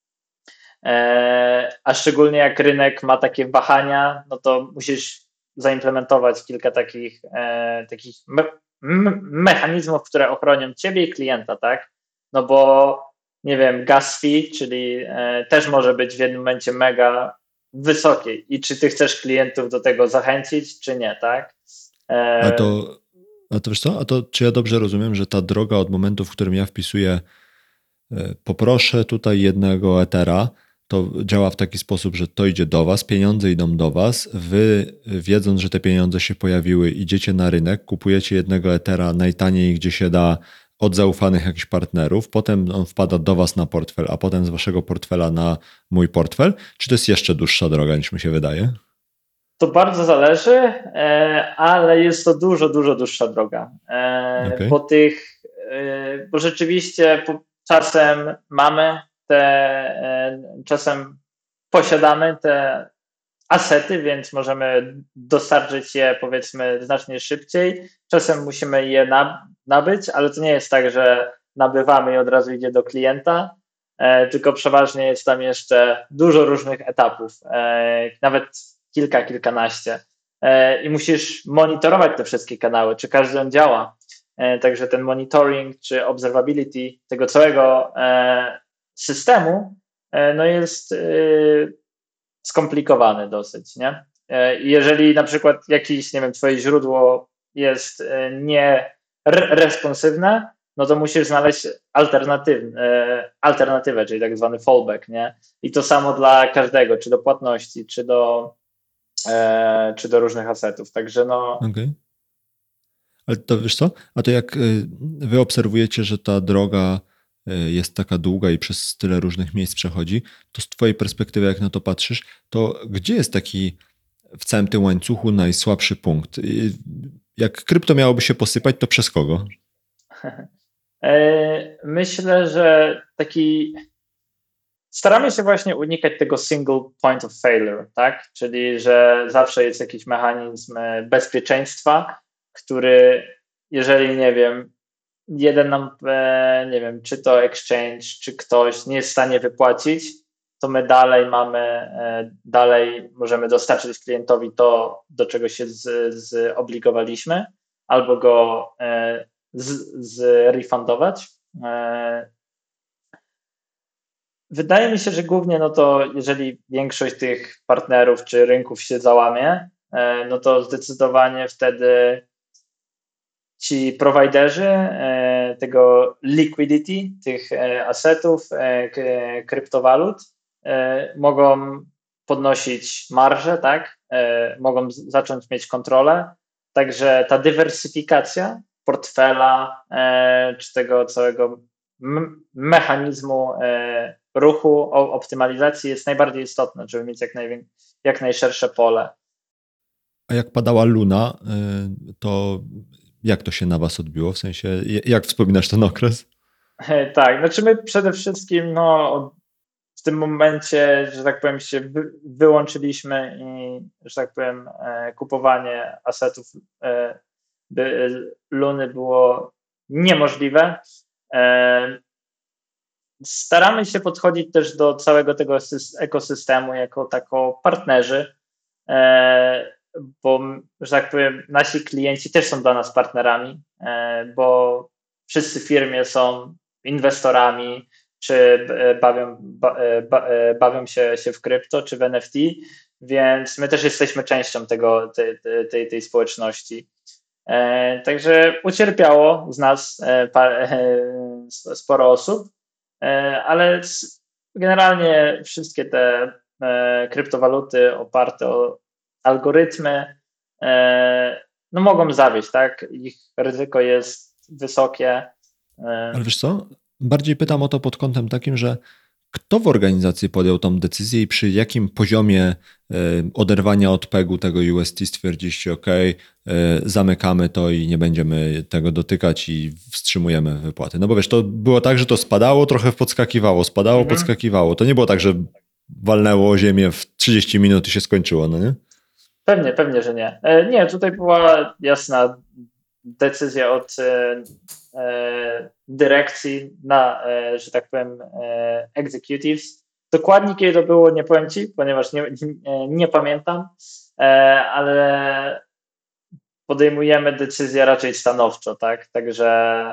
A szczególnie jak rynek ma takie wahania, no to musisz zaimplementować kilka takich, takich me- me- mechanizmów, które ochronią ciebie i klienta, tak? No bo nie wiem, gas fee, czyli e, też może być w jednym momencie mega wysokie i czy ty chcesz klientów do tego zachęcić, czy nie, tak? E, A to, a to wiesz co? A to czy ja dobrze rozumiem, że ta droga od momentu, w którym ja wpisuję e, poproszę tutaj jednego Ethera, to działa w taki sposób, że to idzie do was, pieniądze idą do was, wy wiedząc, że te pieniądze się pojawiły, idziecie na rynek, kupujecie jednego Ethera najtaniej, gdzie się da od zaufanych jakichś partnerów, potem on wpada do was na portfel, a potem z waszego portfela na mój portfel, czy to jest jeszcze dłuższa droga niż mi się wydaje? To bardzo zależy, e, ale jest to dużo, dużo dłuższa droga. E, Okej. Bo tych, e, bo rzeczywiście po- czasem mamy te, e, czasem posiadamy te asety, więc możemy dostarczyć je powiedzmy znacznie szybciej. Czasem musimy je nab- nabyć, ale to nie jest tak, że nabywamy i od razu idzie do klienta, e, tylko przeważnie jest tam jeszcze dużo różnych etapów, e, nawet kilka, kilkanaście. E, I musisz monitorować te wszystkie kanały, czy każdy on działa. E, Także ten monitoring czy observability tego całego e, systemu e, no jest e, skomplikowany dosyć, nie? E, i Jeżeli na przykład jakieś, nie wiem, twoje źródło jest e, nie re- responsywne, no to musisz znaleźć alternatyw, e, alternatywę, czyli tak zwany fallback, nie? I to samo dla każdego, czy do płatności, czy do, e, czy do różnych asetów. Także no, Okej. Ale to wiesz co? A to jak y, wy obserwujecie, że ta droga y, jest taka długa i przez tyle różnych miejsc przechodzi, to z twojej perspektywy, jak na to patrzysz, to gdzie jest taki w całym tym łańcuchu najsłabszy punkt? Y, Jak krypto miałoby się posypać, to przez kogo? e, myślę, że taki staramy się właśnie unikać tego single point of failure, tak? Czyli, że zawsze jest jakiś mechanizm e, bezpieczeństwa, który, jeżeli nie wiem, jeden nam, e, nie wiem, czy to exchange, czy ktoś nie jest w stanie wypłacić, to my dalej mamy, e, dalej możemy dostarczyć klientowi to, do czego się z, zobligowaliśmy, albo go e, z, zrefundować. E, Wydaje mi się, że głównie no to jeżeli większość tych partnerów czy rynków się załamie, e, no to zdecydowanie wtedy ci prowajderzy e, tego liquidity, tych e, asetów, e, k- kryptowalut e, mogą podnosić marże, tak? E, Mogą z- zacząć mieć kontrolę. Także ta dywersyfikacja portfela e, czy tego całego m- mechanizmu e, ruchu, o- optymalizacji jest najbardziej istotna, żeby mieć jak, najwię- jak najszersze pole. A jak padała Luna, y, to jak to się na was odbiło? W sensie, j- jak wspominasz ten okres? E, Tak, znaczy my przede wszystkim no, w tym momencie, że tak powiem, się wy, wyłączyliśmy i, że tak powiem, e, kupowanie asetów e, by, Luny było niemożliwe. E, Staramy się podchodzić też do całego tego sys- ekosystemu jako tako partnerzy, e, bo, że tak powiem, nasi klienci też są dla nas partnerami, e, bo wszyscy w firmie są inwestorami, czy e, bawią, ba, e, ba, e, bawią się, się w krypto, czy w N F T, więc my też jesteśmy częścią tego, tej, tej, tej społeczności. E, Także ucierpiało z nas e, pa, e, sporo osób, e, ale s- generalnie wszystkie te e, kryptowaluty oparte o algorytmy e, no mogą zawieść, tak? Ich ryzyko jest wysokie. E, Ale wiesz co? Bardziej pytam o to pod kątem takim, że kto w organizacji podjął tą decyzję i przy jakim poziomie e, oderwania od pegu tego U S T stwierdziliście, OK, e, zamykamy to i nie będziemy tego dotykać i wstrzymujemy wypłaty. No bo wiesz, to było tak, że to spadało, trochę podskakiwało, spadało, Mhm. podskakiwało. To nie było tak, że walnęło o ziemię w trzydzieści minut i się skończyło, no nie? Pewnie, pewnie, że nie. E, Nie, tutaj była jasna decyzja od e, e, dyrekcji na, e, że tak powiem, e, executives. Dokładnie kiedy to było, nie powiem ci, ponieważ nie, nie, nie pamiętam, e, ale podejmujemy decyzję raczej stanowczo, tak? Także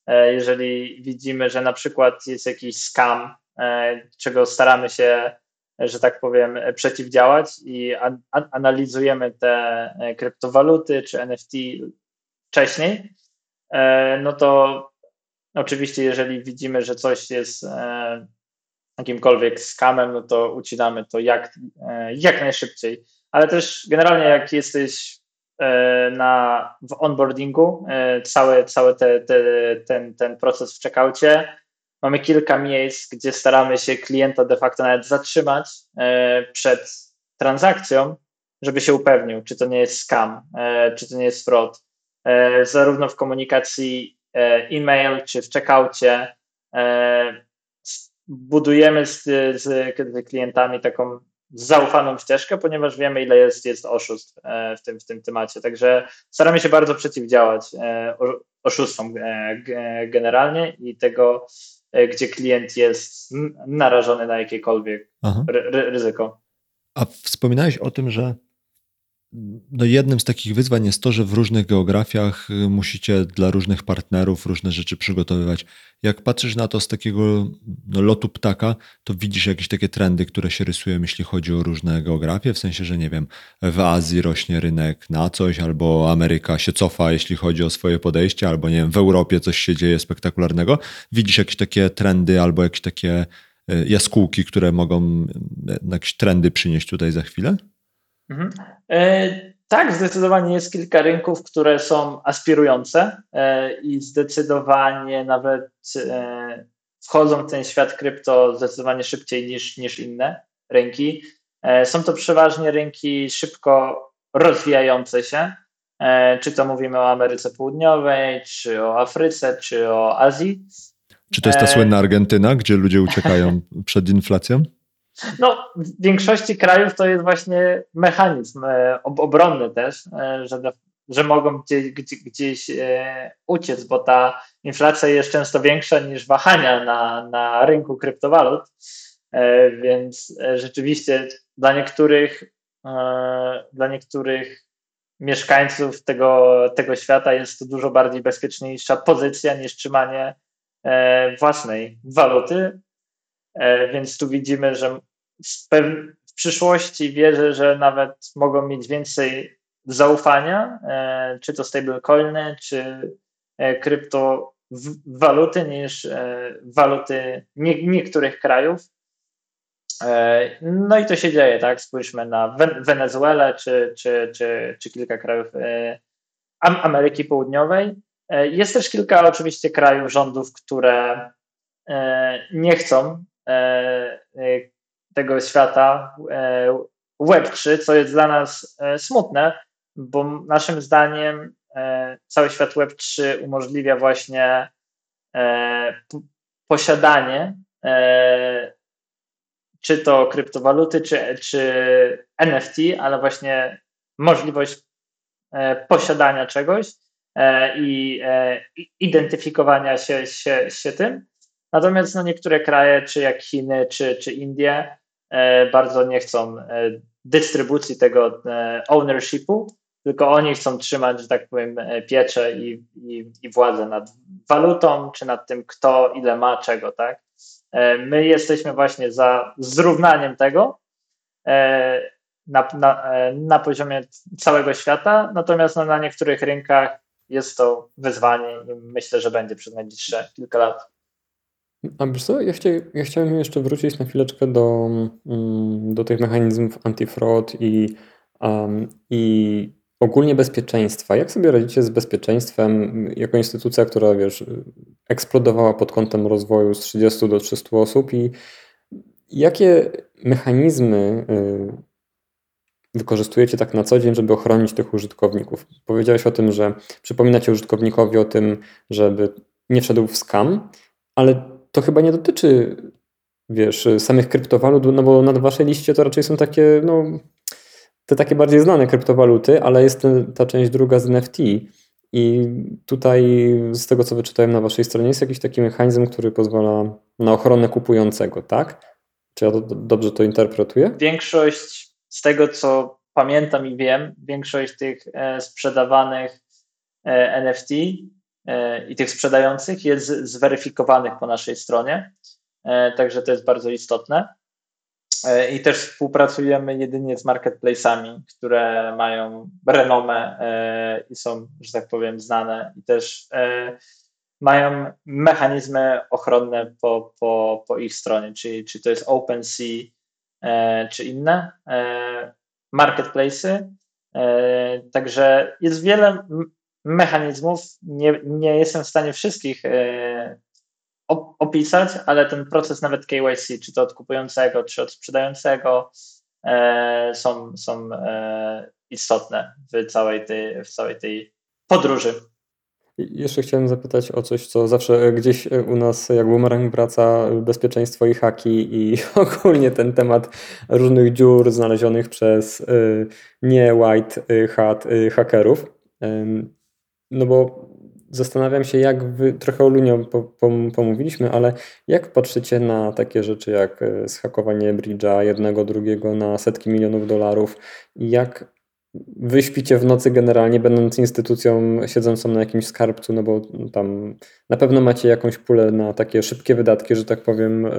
jeżeli widzimy, że na przykład jest jakiś scam, czego staramy się, że tak powiem, przeciwdziałać i an- analizujemy te kryptowaluty czy N F T wcześniej, no to oczywiście jeżeli widzimy, że coś jest jakimkolwiek scamem, no to ucinamy to jak, jak najszybciej. Ale też generalnie jak jesteś na, w onboardingu, cały, cały te, te, ten, ten proces w checkoutie, mamy kilka miejsc, gdzie staramy się klienta de facto nawet zatrzymać przed transakcją, żeby się upewnił, czy to nie jest scam, czy to nie jest fraud. Zarówno w komunikacji e-mail, czy w checkoutie budujemy z, z klientami taką zaufaną ścieżkę, ponieważ wiemy, ile jest, jest oszustw w tym, w tym temacie. Także staramy się bardzo przeciwdziałać oszustwom generalnie i tego, gdzie klient jest narażony na jakiekolwiek ry- ryzyko. A wspominałeś o tym, że no jednym z takich wyzwań jest to, że w różnych geografiach musicie dla różnych partnerów różne rzeczy przygotowywać. Jak patrzysz na to z takiego no, lotu ptaka, to widzisz jakieś takie trendy, które się rysują, jeśli chodzi o różne geografie? W sensie, że nie wiem, w Azji rośnie rynek na coś, albo Ameryka się cofa, jeśli chodzi o swoje podejście, albo nie wiem, w Europie coś się dzieje spektakularnego. Widzisz jakieś takie trendy albo jakieś takie jaskółki, które mogą jakieś trendy przynieść tutaj za chwilę? Mhm. E, tak, zdecydowanie jest kilka rynków, które są aspirujące e, i zdecydowanie nawet e, wchodzą w ten świat krypto zdecydowanie szybciej niż, niż inne rynki. E, są to przeważnie rynki szybko rozwijające się, e, czy to mówimy o Ameryce Południowej, czy o Afryce, czy o Azji. Czy to jest ta słynna Argentyna, gdzie ludzie uciekają przed inflacją? No, w większości krajów to jest właśnie mechanizm obronny też, że, że mogą gdzieś, gdzieś, gdzieś uciec, bo ta inflacja jest często większa niż wahania na, na rynku kryptowalut, więc rzeczywiście dla niektórych, dla niektórych mieszkańców tego, tego świata jest to dużo bardziej bezpieczniejsza pozycja niż trzymanie własnej waluty. Więc tu widzimy, że w, pew- w przyszłości wierzę, że nawet mogą mieć więcej zaufania, czy to stablecoiny, czy kryptowaluty niż waluty nie- niektórych krajów. No i to się dzieje, tak? Spójrzmy na Wenezuelę, czy, czy, czy, czy kilka krajów Ameryki Południowej. Jest też kilka oczywiście krajów, rządów, które nie chcą tego świata web trzy, co jest dla nas smutne, bo naszym zdaniem cały świat web trzy umożliwia właśnie posiadanie czy to kryptowaluty, czy, czy N F T, ale właśnie możliwość posiadania czegoś i identyfikowania się, się, się tym. Natomiast no, niektóre kraje, czy jak Chiny, czy, czy Indie, e, bardzo nie chcą e, dystrybucji tego e, ownershipu, tylko oni chcą trzymać, że tak powiem, pieczę i, i, i władzę nad walutą, czy nad tym, kto ile ma czego, tak? E, my jesteśmy właśnie za zrównaniem tego e, na, na, na poziomie całego świata, natomiast no, na niektórych rynkach jest to wyzwanie i myślę, że będzie przez najbliższe kilka lat. A wiesz co, ja, chcia, ja chciałem jeszcze wrócić na chwileczkę do, do tych mechanizmów anti-fraud i, um, i ogólnie bezpieczeństwa. Jak sobie radzicie z bezpieczeństwem jako instytucja, która wiesz, eksplodowała pod kątem rozwoju z trzydziestu do trzystu osób i jakie mechanizmy wykorzystujecie tak na co dzień, żeby ochronić tych użytkowników? Powiedziałeś o tym, że przypominacie użytkownikowi o tym, żeby nie wszedł w scam, ale to chyba nie dotyczy, wiesz, samych kryptowalut, no bo na waszej liście to raczej są takie, no, te takie bardziej znane kryptowaluty, ale jest ten, ta część druga z N F T i tutaj z tego, co wyczytałem na waszej stronie, jest jakiś taki mechanizm, który pozwala na ochronę kupującego, tak? Czy ja to, dobrze to interpretuję? Większość z tego, co pamiętam i wiem, większość tych e, sprzedawanych e, N F T i tych sprzedających jest zweryfikowanych po naszej stronie, także to jest bardzo istotne. I też współpracujemy jedynie z marketplace'ami, które mają renomę i są, że tak powiem, znane i też mają mechanizmy ochronne po, po, po ich stronie, czyli czy to jest OpenSea, czy inne marketplace'y. Także jest wiele mechanizmów, nie, nie jestem w stanie wszystkich opisać, ale ten proces nawet K Y C, czy to od kupującego, czy od sprzedającego, są, są istotne w całej tej, w całej tej podróży. Jeszcze chciałem zapytać o coś, co zawsze gdzieś u nas jak bumerang wraca, bezpieczeństwo i haki i ogólnie ten temat różnych dziur znalezionych przez nie white hat hakerów. No bo zastanawiam się, jak wy, trochę o Lunio pomówiliśmy, ale jak patrzycie na takie rzeczy jak zhakowanie bridge'a jednego, drugiego na setki milionów dolarów i jak wy śpicie w nocy generalnie, będąc instytucją siedzącą na jakimś skarbcu, no bo tam na pewno macie jakąś pulę na takie szybkie wydatki, że tak powiem,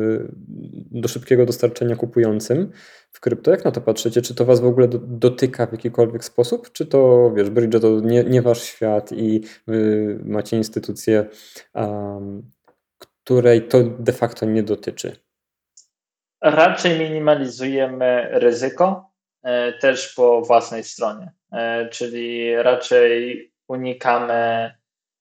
do szybkiego dostarczenia kupującym w krypto. Jak na to patrzycie? Czy to was w ogóle dotyka w jakikolwiek sposób? Czy to, wiesz, bridge to nie, nie wasz świat i wy macie instytucję, um, której to de facto nie dotyczy? Raczej minimalizujemy ryzyko też po własnej stronie, czyli raczej unikamy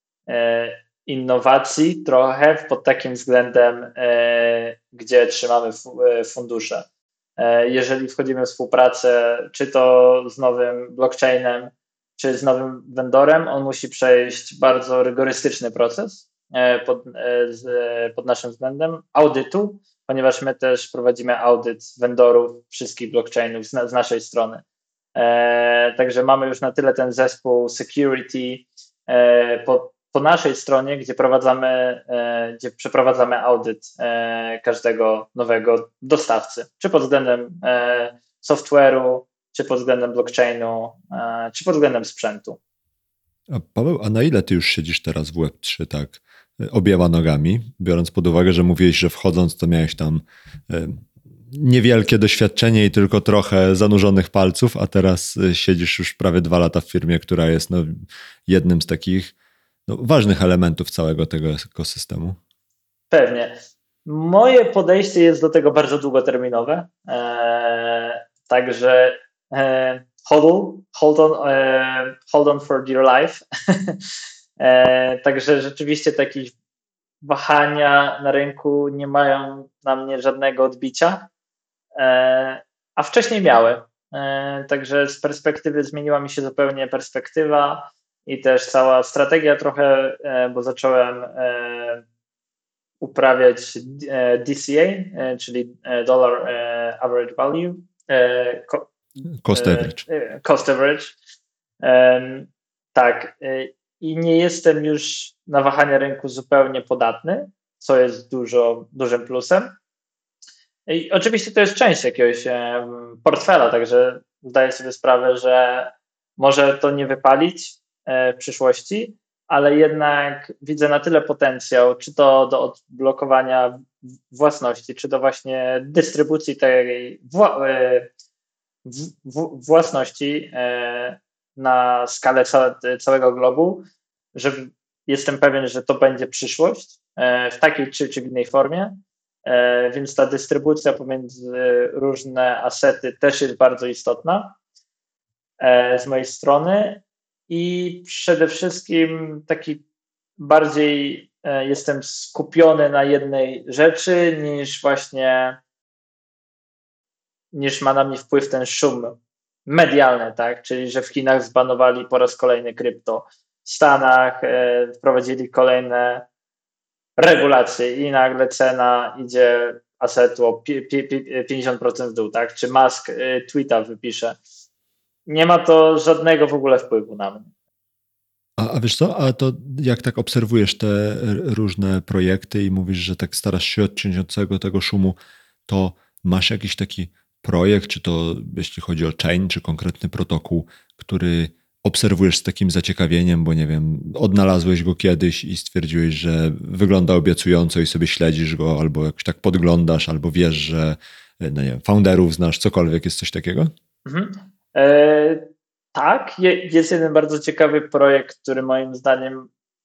innowacji trochę pod takim względem, gdzie trzymamy fundusze. Jeżeli wchodzimy w współpracę, czy to z nowym blockchainem, czy z nowym vendorem, on musi przejść bardzo rygorystyczny proces pod, pod naszym względem audytu, ponieważ my też prowadzimy audyt vendorów wszystkich blockchainów z, na, z naszej strony. E, także mamy już na tyle ten zespół security e, po, po naszej stronie, gdzie, prowadzamy, e, gdzie przeprowadzamy audyt e, każdego nowego dostawcy, czy pod względem e, software'u, czy pod względem blockchainu, e, czy pod względem sprzętu. A Paweł, a na ile ty już siedzisz teraz w web trzy, tak obiema nogami, biorąc pod uwagę, że mówiłeś, że wchodząc to miałeś tam niewielkie doświadczenie i tylko trochę zanurzonych palców, a teraz siedzisz już prawie dwa lata w firmie, która jest no, jednym z takich no, ważnych elementów całego tego ekosystemu. Pewnie. Moje podejście jest do tego bardzo długoterminowe, eee, także e, hold, hold, on, e, hold on for dear life. E, także rzeczywiście takie wahania na rynku nie mają na mnie żadnego odbicia, e, a wcześniej miały. E, także z perspektywy zmieniła mi się zupełnie perspektywa i też cała strategia trochę, e, bo zacząłem e, uprawiać e, D C A, e, czyli Dollar e, Average Value. E, co, cost Average. E, cost Average. E, tak. E, I nie jestem już na wahania rynku zupełnie podatny, co jest dużo, dużym plusem. I oczywiście to jest część jakiegoś portfela, także zdaję sobie sprawę, że może to nie wypalić w przyszłości, ale jednak widzę na tyle potencjał, czy to do odblokowania własności, czy do właśnie dystrybucji tej własności na skalę całego globu, że jestem pewien, że to będzie przyszłość w takiej czy, czy w innej formie, więc ta dystrybucja pomiędzy różne asety też jest bardzo istotna z mojej strony i przede wszystkim taki bardziej jestem skupiony na jednej rzeczy niż właśnie niż ma na mnie wpływ ten szum medialny, tak? Czyli że w Chinach zbanowali po raz kolejny krypto, w Stanach e, wprowadzili kolejne regulacje i nagle cena idzie asetu o pięćdziesiąt procent w dół, tak? Czy Musk e, tweeta wypisze. Nie ma to żadnego w ogóle wpływu na mnie. A, a wiesz co, a to jak tak obserwujesz te różne projekty i mówisz, że tak starasz się odciąć od całego tego szumu, to masz jakiś taki projekt, czy to jeśli chodzi o chain, czy konkretny protokół, który obserwujesz z takim zaciekawieniem, bo nie wiem, odnalazłeś go kiedyś i stwierdziłeś, że wygląda obiecująco i sobie śledzisz go, albo jakoś tak podglądasz, albo wiesz, że no nie wiem, founderów znasz, cokolwiek, jest coś takiego? Mhm. E, tak, je, jest jeden bardzo ciekawy projekt, który moim zdaniem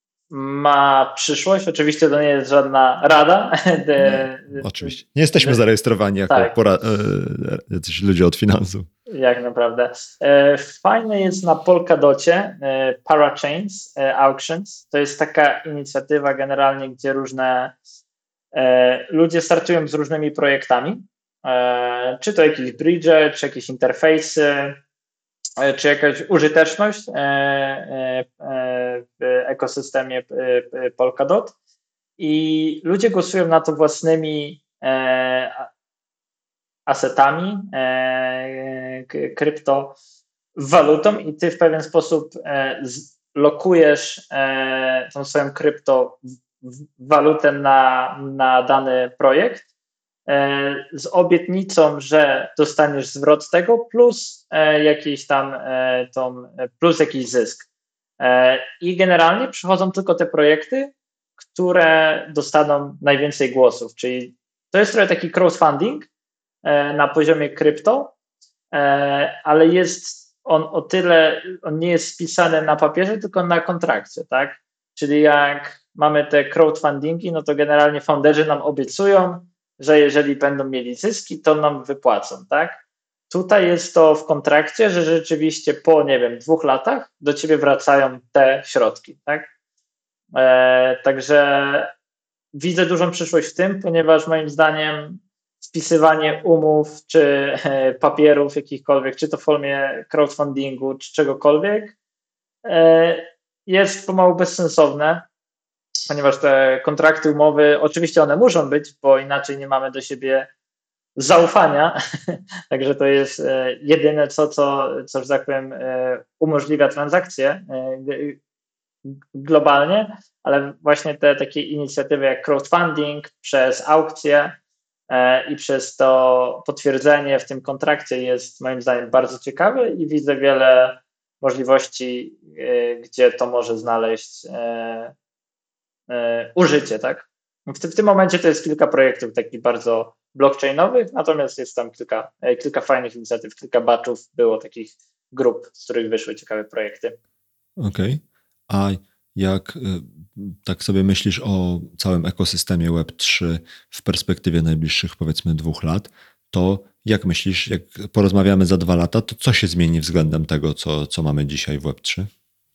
ma przyszłość. Oczywiście to nie jest żadna rada. De, Nie, oczywiście. Nie jesteśmy de, zarejestrowani jako tak, pora, e, jacyś ludzie od finansu. jak naprawdę. E, fajne jest na Polkadocie e, Parachains e, Auctions. To jest taka inicjatywa generalnie, gdzie różne e, ludzie startują z różnymi projektami. E, czy to jakieś bridge, czy jakieś interfejsy, e, czy jakaś użyteczność e, e, w ekosystemie e, Polkadot. I ludzie głosują na to własnymi e, asetami, e, k- kryptowalutą i ty w pewien sposób e, z- lokujesz e, tą swoją kryptowalutę na, na dany projekt e, z obietnicą, że dostaniesz zwrot tego plus e, jakiś tam e, tą, plus jakiś zysk. E, I generalnie przychodzą tylko te projekty, które dostaną najwięcej głosów, czyli to jest trochę taki crowdfunding e, na poziomie krypto, e, ale jest on o tyle, on nie jest spisany na papierze, tylko na kontrakcie, tak? Czyli jak mamy te crowdfundingi, no to generalnie founderzy nam obiecują, że jeżeli będą mieli zyski, to nam wypłacą, tak? Tutaj jest to w kontrakcie, że rzeczywiście po, nie wiem, dwóch latach do ciebie wracają te środki, tak? E, także widzę dużą przyszłość w tym, ponieważ moim zdaniem spisywanie umów czy e, papierów jakichkolwiek, czy to w formie crowdfundingu, czy czegokolwiek, e, jest pomału bezsensowne, ponieważ te kontrakty, umowy, oczywiście one muszą być, bo inaczej nie mamy do siebie zaufania. Także to jest e, jedyne, co, co, co, że tak powiem, e, umożliwia transakcje e, globalnie, ale właśnie te takie inicjatywy jak crowdfunding przez aukcje e, i przez to potwierdzenie w tym kontrakcie jest moim zdaniem bardzo ciekawe i widzę wiele możliwości, e, gdzie to może znaleźć e, e, użycie, tak? W, w tym momencie to jest kilka projektów takich bardzo blockchainowych, natomiast jest tam kilka, e, kilka fajnych inicjatyw, kilka batchów było takich grup, z których wyszły ciekawe projekty. Okej. Okay. A jak y, tak sobie myślisz o całym ekosystemie web trzy w perspektywie najbliższych powiedzmy dwóch lat, to jak myślisz, jak porozmawiamy za dwa lata, to co się zmieni względem tego, co, co mamy dzisiaj w web trzy?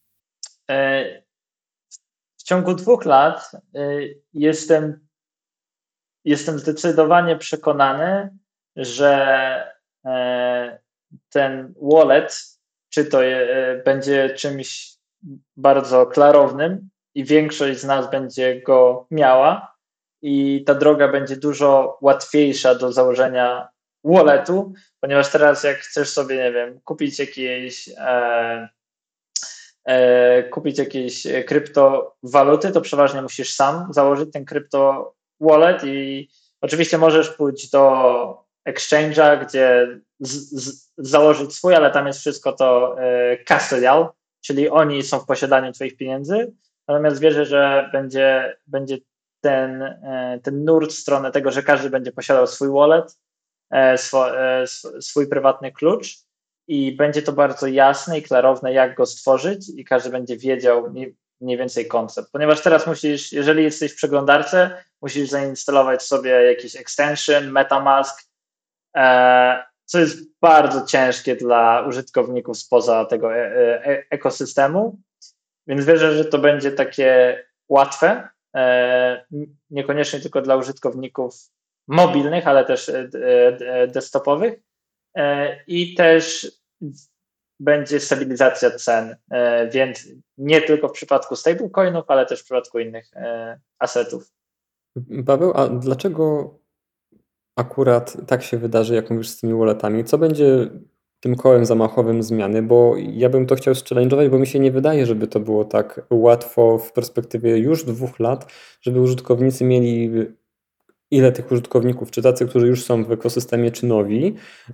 W ciągu dwóch lat jestem, jestem zdecydowanie przekonany, że ten wallet, czy to będzie czymś bardzo klarownym i większość z nas będzie go miała i ta droga będzie dużo łatwiejsza do założenia walletu, ponieważ teraz jak chcesz sobie, nie wiem, kupić jakieś e, e, kupić jakieś kryptowaluty, to przeważnie musisz sam założyć ten krypto wallet i oczywiście możesz pójść do exchange'a, gdzie z, z, założyć swój, ale tam jest wszystko to e, custodial, czyli oni są w posiadaniu twoich pieniędzy, natomiast wierzę, że będzie, będzie ten, ten nurt w stronę tego, że każdy będzie posiadał swój wallet, swój, swój prywatny klucz i będzie to bardzo jasne i klarowne, jak go stworzyć i każdy będzie wiedział mniej więcej koncept, ponieważ teraz musisz, jeżeli jesteś w przeglądarce, musisz zainstalować sobie jakiś extension, MetaMask, co jest bardzo ciężkie dla użytkowników spoza tego ekosystemu, więc wierzę, że to będzie takie łatwe, niekoniecznie tylko dla użytkowników mobilnych, ale też desktopowych i też będzie stabilizacja cen, więc nie tylko w przypadku stablecoinów, ale też w przypadku innych asetów. Paweł, a dlaczego akurat tak się wydarzy, jak mówisz, z tymi walletami? Co będzie tym kołem zamachowym zmiany? Bo ja bym to chciał challenge'ować, bo mi się nie wydaje, żeby to było tak łatwo w perspektywie już dwóch lat, żeby użytkownicy mieli ile tych użytkowników, czy tacy, którzy już są w ekosystemie, czy nowi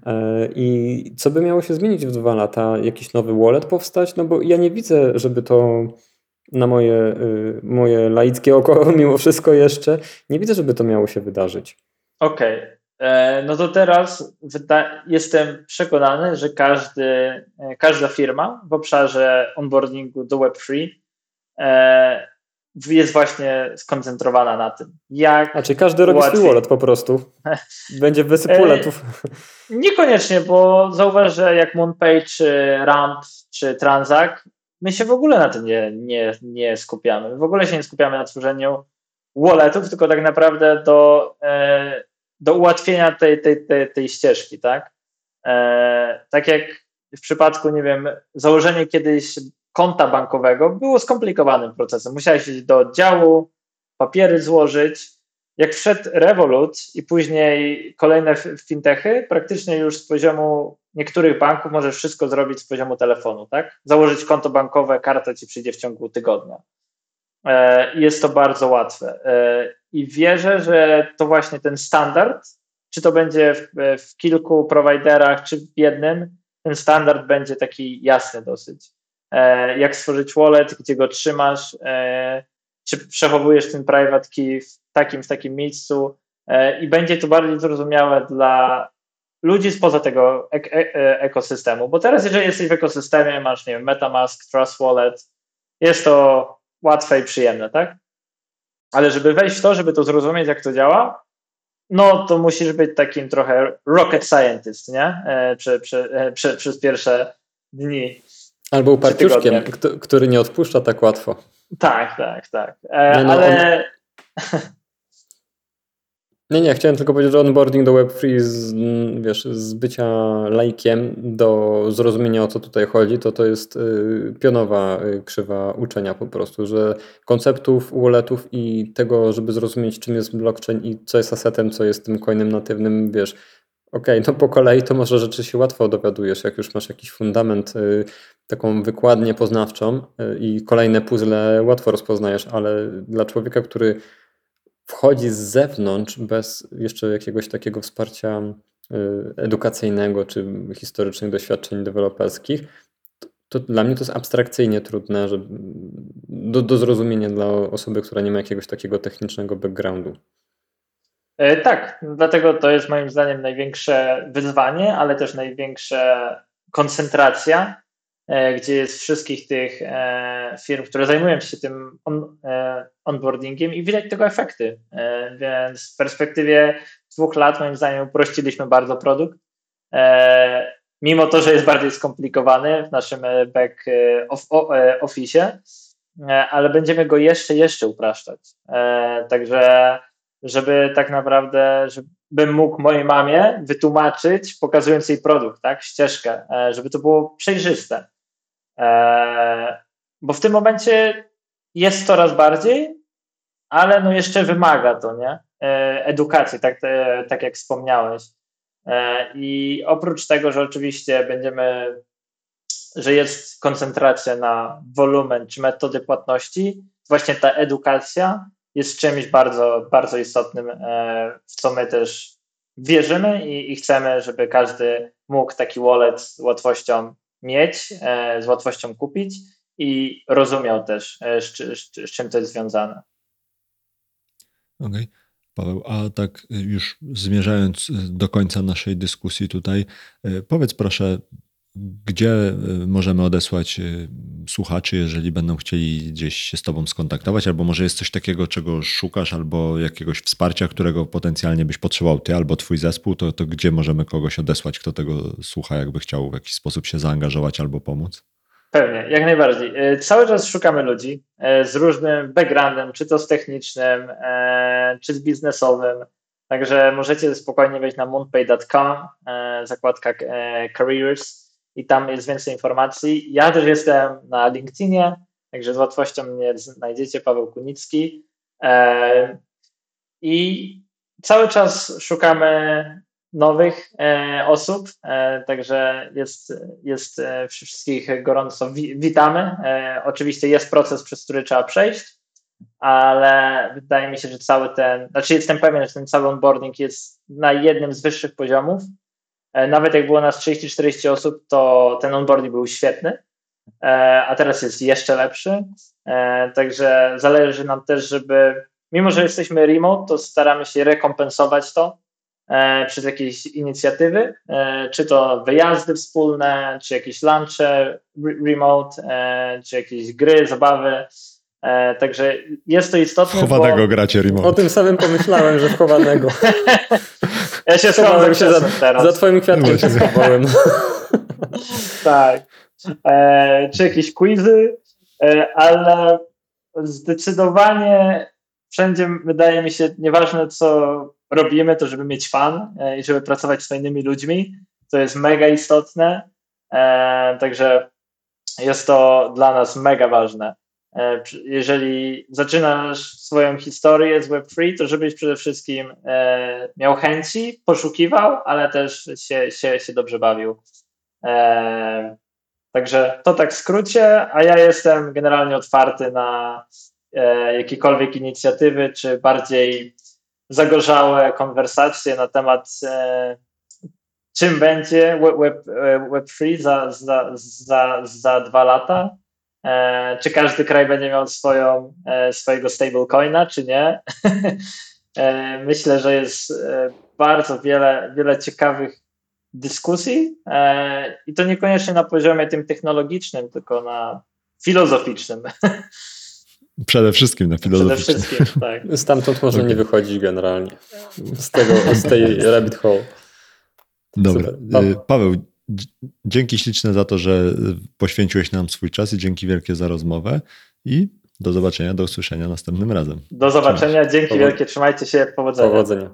i co by miało się zmienić w dwa lata? Jakiś nowy wallet powstać? No bo ja nie widzę, żeby to na moje, moje laickie oko mimo wszystko jeszcze, nie widzę, żeby to miało się wydarzyć. Okej, okay. No to teraz wyda- jestem przekonany, że każdy, każda firma w obszarze onboardingu do web trzy e, jest właśnie skoncentrowana na tym, jak A czy każdy robi łatwiej... swój wallet po prostu? Będzie wysyp walletów. E, niekoniecznie, bo zauważ, że jak MoonPay, czy Ramp, czy Transact, my się w ogóle na tym nie, nie, nie skupiamy. W ogóle się nie skupiamy na tworzeniu walletów, tylko tak naprawdę do, e, do ułatwienia tej, tej, tej, tej ścieżki, tak? E, tak jak w przypadku, nie wiem, założenie kiedyś konta bankowego było skomplikowanym procesem. Musiałeś iść do oddziału, papiery złożyć. Jak wszedł Revolut i później kolejne fintechy, praktycznie już z poziomu niektórych banków możesz wszystko zrobić z poziomu telefonu, tak? Założyć konto bankowe, karta ci przyjdzie w ciągu tygodnia. Jest to bardzo łatwe i wierzę, że to właśnie ten standard, czy to będzie w, w kilku prowajderach, czy w jednym, ten standard będzie taki jasny dosyć. Jak stworzyć wallet, gdzie go trzymasz, czy przechowujesz ten private key w takim, w takim miejscu i będzie to bardziej zrozumiałe dla ludzi spoza tego ek- e- ekosystemu, bo teraz jeżeli jesteś w ekosystemie, masz, nie wiem, MetaMask, Trust Wallet, jest to łatwe i przyjemne, tak? Ale żeby wejść w to, żeby to zrozumieć, jak to działa, no to musisz być takim trochę rocket scientist, nie? E, przy, przy, e, przy, przez pierwsze dni. Albo uparciuszkiem, który nie odpuszcza tak łatwo. Tak, tak, tak. E, nie, no, ale... On... Nie, nie, chciałem tylko powiedzieć, że onboarding do web trzy z, wiesz, z bycia laikiem do zrozumienia, o co tutaj chodzi, to to jest y, pionowa y, krzywa uczenia po prostu, że konceptów, walletów i tego, żeby zrozumieć, czym jest blockchain i co jest assetem, co jest tym coinem natywnym, wiesz, okej, okay, no po kolei to może rzeczy się łatwo dowiadujesz, jak już masz jakiś fundament, y, taką wykładnię poznawczą y, i kolejne puzzle łatwo rozpoznajesz, ale dla człowieka, który wchodzi z zewnątrz bez jeszcze jakiegoś takiego wsparcia edukacyjnego czy historycznych doświadczeń deweloperskich, to, to dla mnie to jest abstrakcyjnie trudne że do, do zrozumienia dla osoby, która nie ma jakiegoś takiego technicznego backgroundu. E, tak, dlatego to jest moim zdaniem największe wyzwanie, ale też największa koncentracja, e, gdzie jest wszystkich tych e, firm, które zajmują się tym on, e, onboardingiem i widać tego efekty. E, więc w perspektywie dwóch lat moim zdaniem uprościliśmy bardzo produkt. E, mimo to, że jest bardziej skomplikowany w naszym back office, e, ale będziemy go jeszcze, jeszcze upraszczać. E, także żeby tak naprawdę, żebym mógł mojej mamie wytłumaczyć, pokazując jej produkt, tak, ścieżkę, żeby to było przejrzyste. Bo w tym momencie jest coraz bardziej, ale no jeszcze wymaga to, nie? Edukacji, tak, tak jak wspomniałeś. I oprócz tego, że oczywiście będziemy, że jest koncentracja na wolumen czy metody płatności, właśnie ta edukacja jest czymś bardzo, bardzo istotnym, w co my też wierzymy i, i chcemy, żeby każdy mógł taki wallet z łatwością mieć, z łatwością kupić i rozumiał też, z, z, z czym to jest związane. Okej. Okay. Paweł, a tak już zmierzając do końca naszej dyskusji tutaj, powiedz proszę, gdzie możemy odesłać słuchaczy, jeżeli będą chcieli gdzieś się z tobą skontaktować, albo może jest coś takiego, czego szukasz, albo jakiegoś wsparcia, którego potencjalnie byś potrzebował ty albo twój zespół, to, to gdzie możemy kogoś odesłać, kto tego słucha, jakby chciał w jakiś sposób się zaangażować albo pomóc? Pewnie, jak najbardziej. Cały czas szukamy ludzi z różnym backgroundem, czy to z technicznym, czy z biznesowym. Także możecie spokojnie wejść na moonpay kropka com, zakładka careers i tam jest więcej informacji. Ja też jestem na LinkedInie, także z łatwością mnie znajdziecie, Paweł Kunicki. I cały czas szukamy nowych osób, także jest, jest wszystkich gorąco witamy. Oczywiście jest proces, przez który trzeba przejść, ale wydaje mi się, że cały ten, znaczy jestem pewien, że ten cały onboarding jest na jednym z wyższych poziomów. Nawet jak było nas trzydzieści czterdzieści osób, to ten onboarding był świetny, a teraz jest jeszcze lepszy. Także zależy nam też, żeby, mimo że jesteśmy remote, to staramy się rekompensować to przez jakieś inicjatywy, czy to wyjazdy wspólne, czy jakieś lunche remote, czy jakieś gry, zabawy. Także jest to istotne. Chowanego bo... gracie remote. O tym samym pomyślałem, że chowanego. Ja się schowałem się za, teraz. za twoim kwiatkiem się schowałem. Tak. E, czy jakieś quizy, e, ale zdecydowanie wszędzie wydaje mi się, nieważne co robimy, to żeby mieć fan e, i żeby pracować z fajnymi ludźmi. To jest mega istotne. E, także jest to dla nas mega ważne. E, jeżeli zaczynasz swoją historię z web trzy, to żebyś przede wszystkim e, miał chęci, poszukiwał, ale też się, się, się dobrze bawił. E, Także to tak w skrócie, a ja jestem generalnie otwarty na e, jakiekolwiek inicjatywy, czy bardziej zagorzałe konwersacje na temat e, czym będzie Web, web, web trzy za, za, za, za dwa lata. E, czy każdy kraj będzie miał swoją, e, swojego stablecoina, czy nie. e, myślę, że jest e, bardzo wiele, wiele ciekawych dyskusji e, i to niekoniecznie na poziomie tym technologicznym, tylko na filozoficznym. Przede wszystkim na filozoficznym. Przede wszystkim, tak. Stamtąd można okay. nie wychodzić generalnie. Z, tego, z tej rabbit hole. Dobra. Super. Paweł, dzięki śliczne za to, że poświęciłeś nam swój czas i dzięki wielkie za rozmowę i do zobaczenia, do usłyszenia następnym razem. Do zobaczenia, dzięki Powod- wielkie, trzymajcie się, powodzenia. Powodzenia.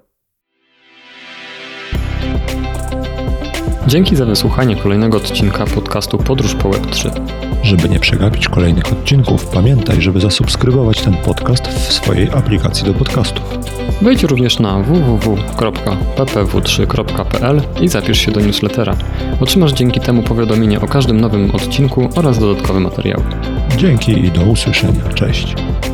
Dzięki za wysłuchanie kolejnego odcinka podcastu Podróż po Web trzy. Żeby nie przegapić kolejnych odcinków, pamiętaj, żeby zasubskrybować ten podcast w swojej aplikacji do podcastów. Wejdź również na w w w kropka p p w trzy kropka p l i zapisz się do newslettera. Otrzymasz dzięki temu powiadomienie o każdym nowym odcinku oraz dodatkowe materiały. Dzięki i do usłyszenia. Cześć.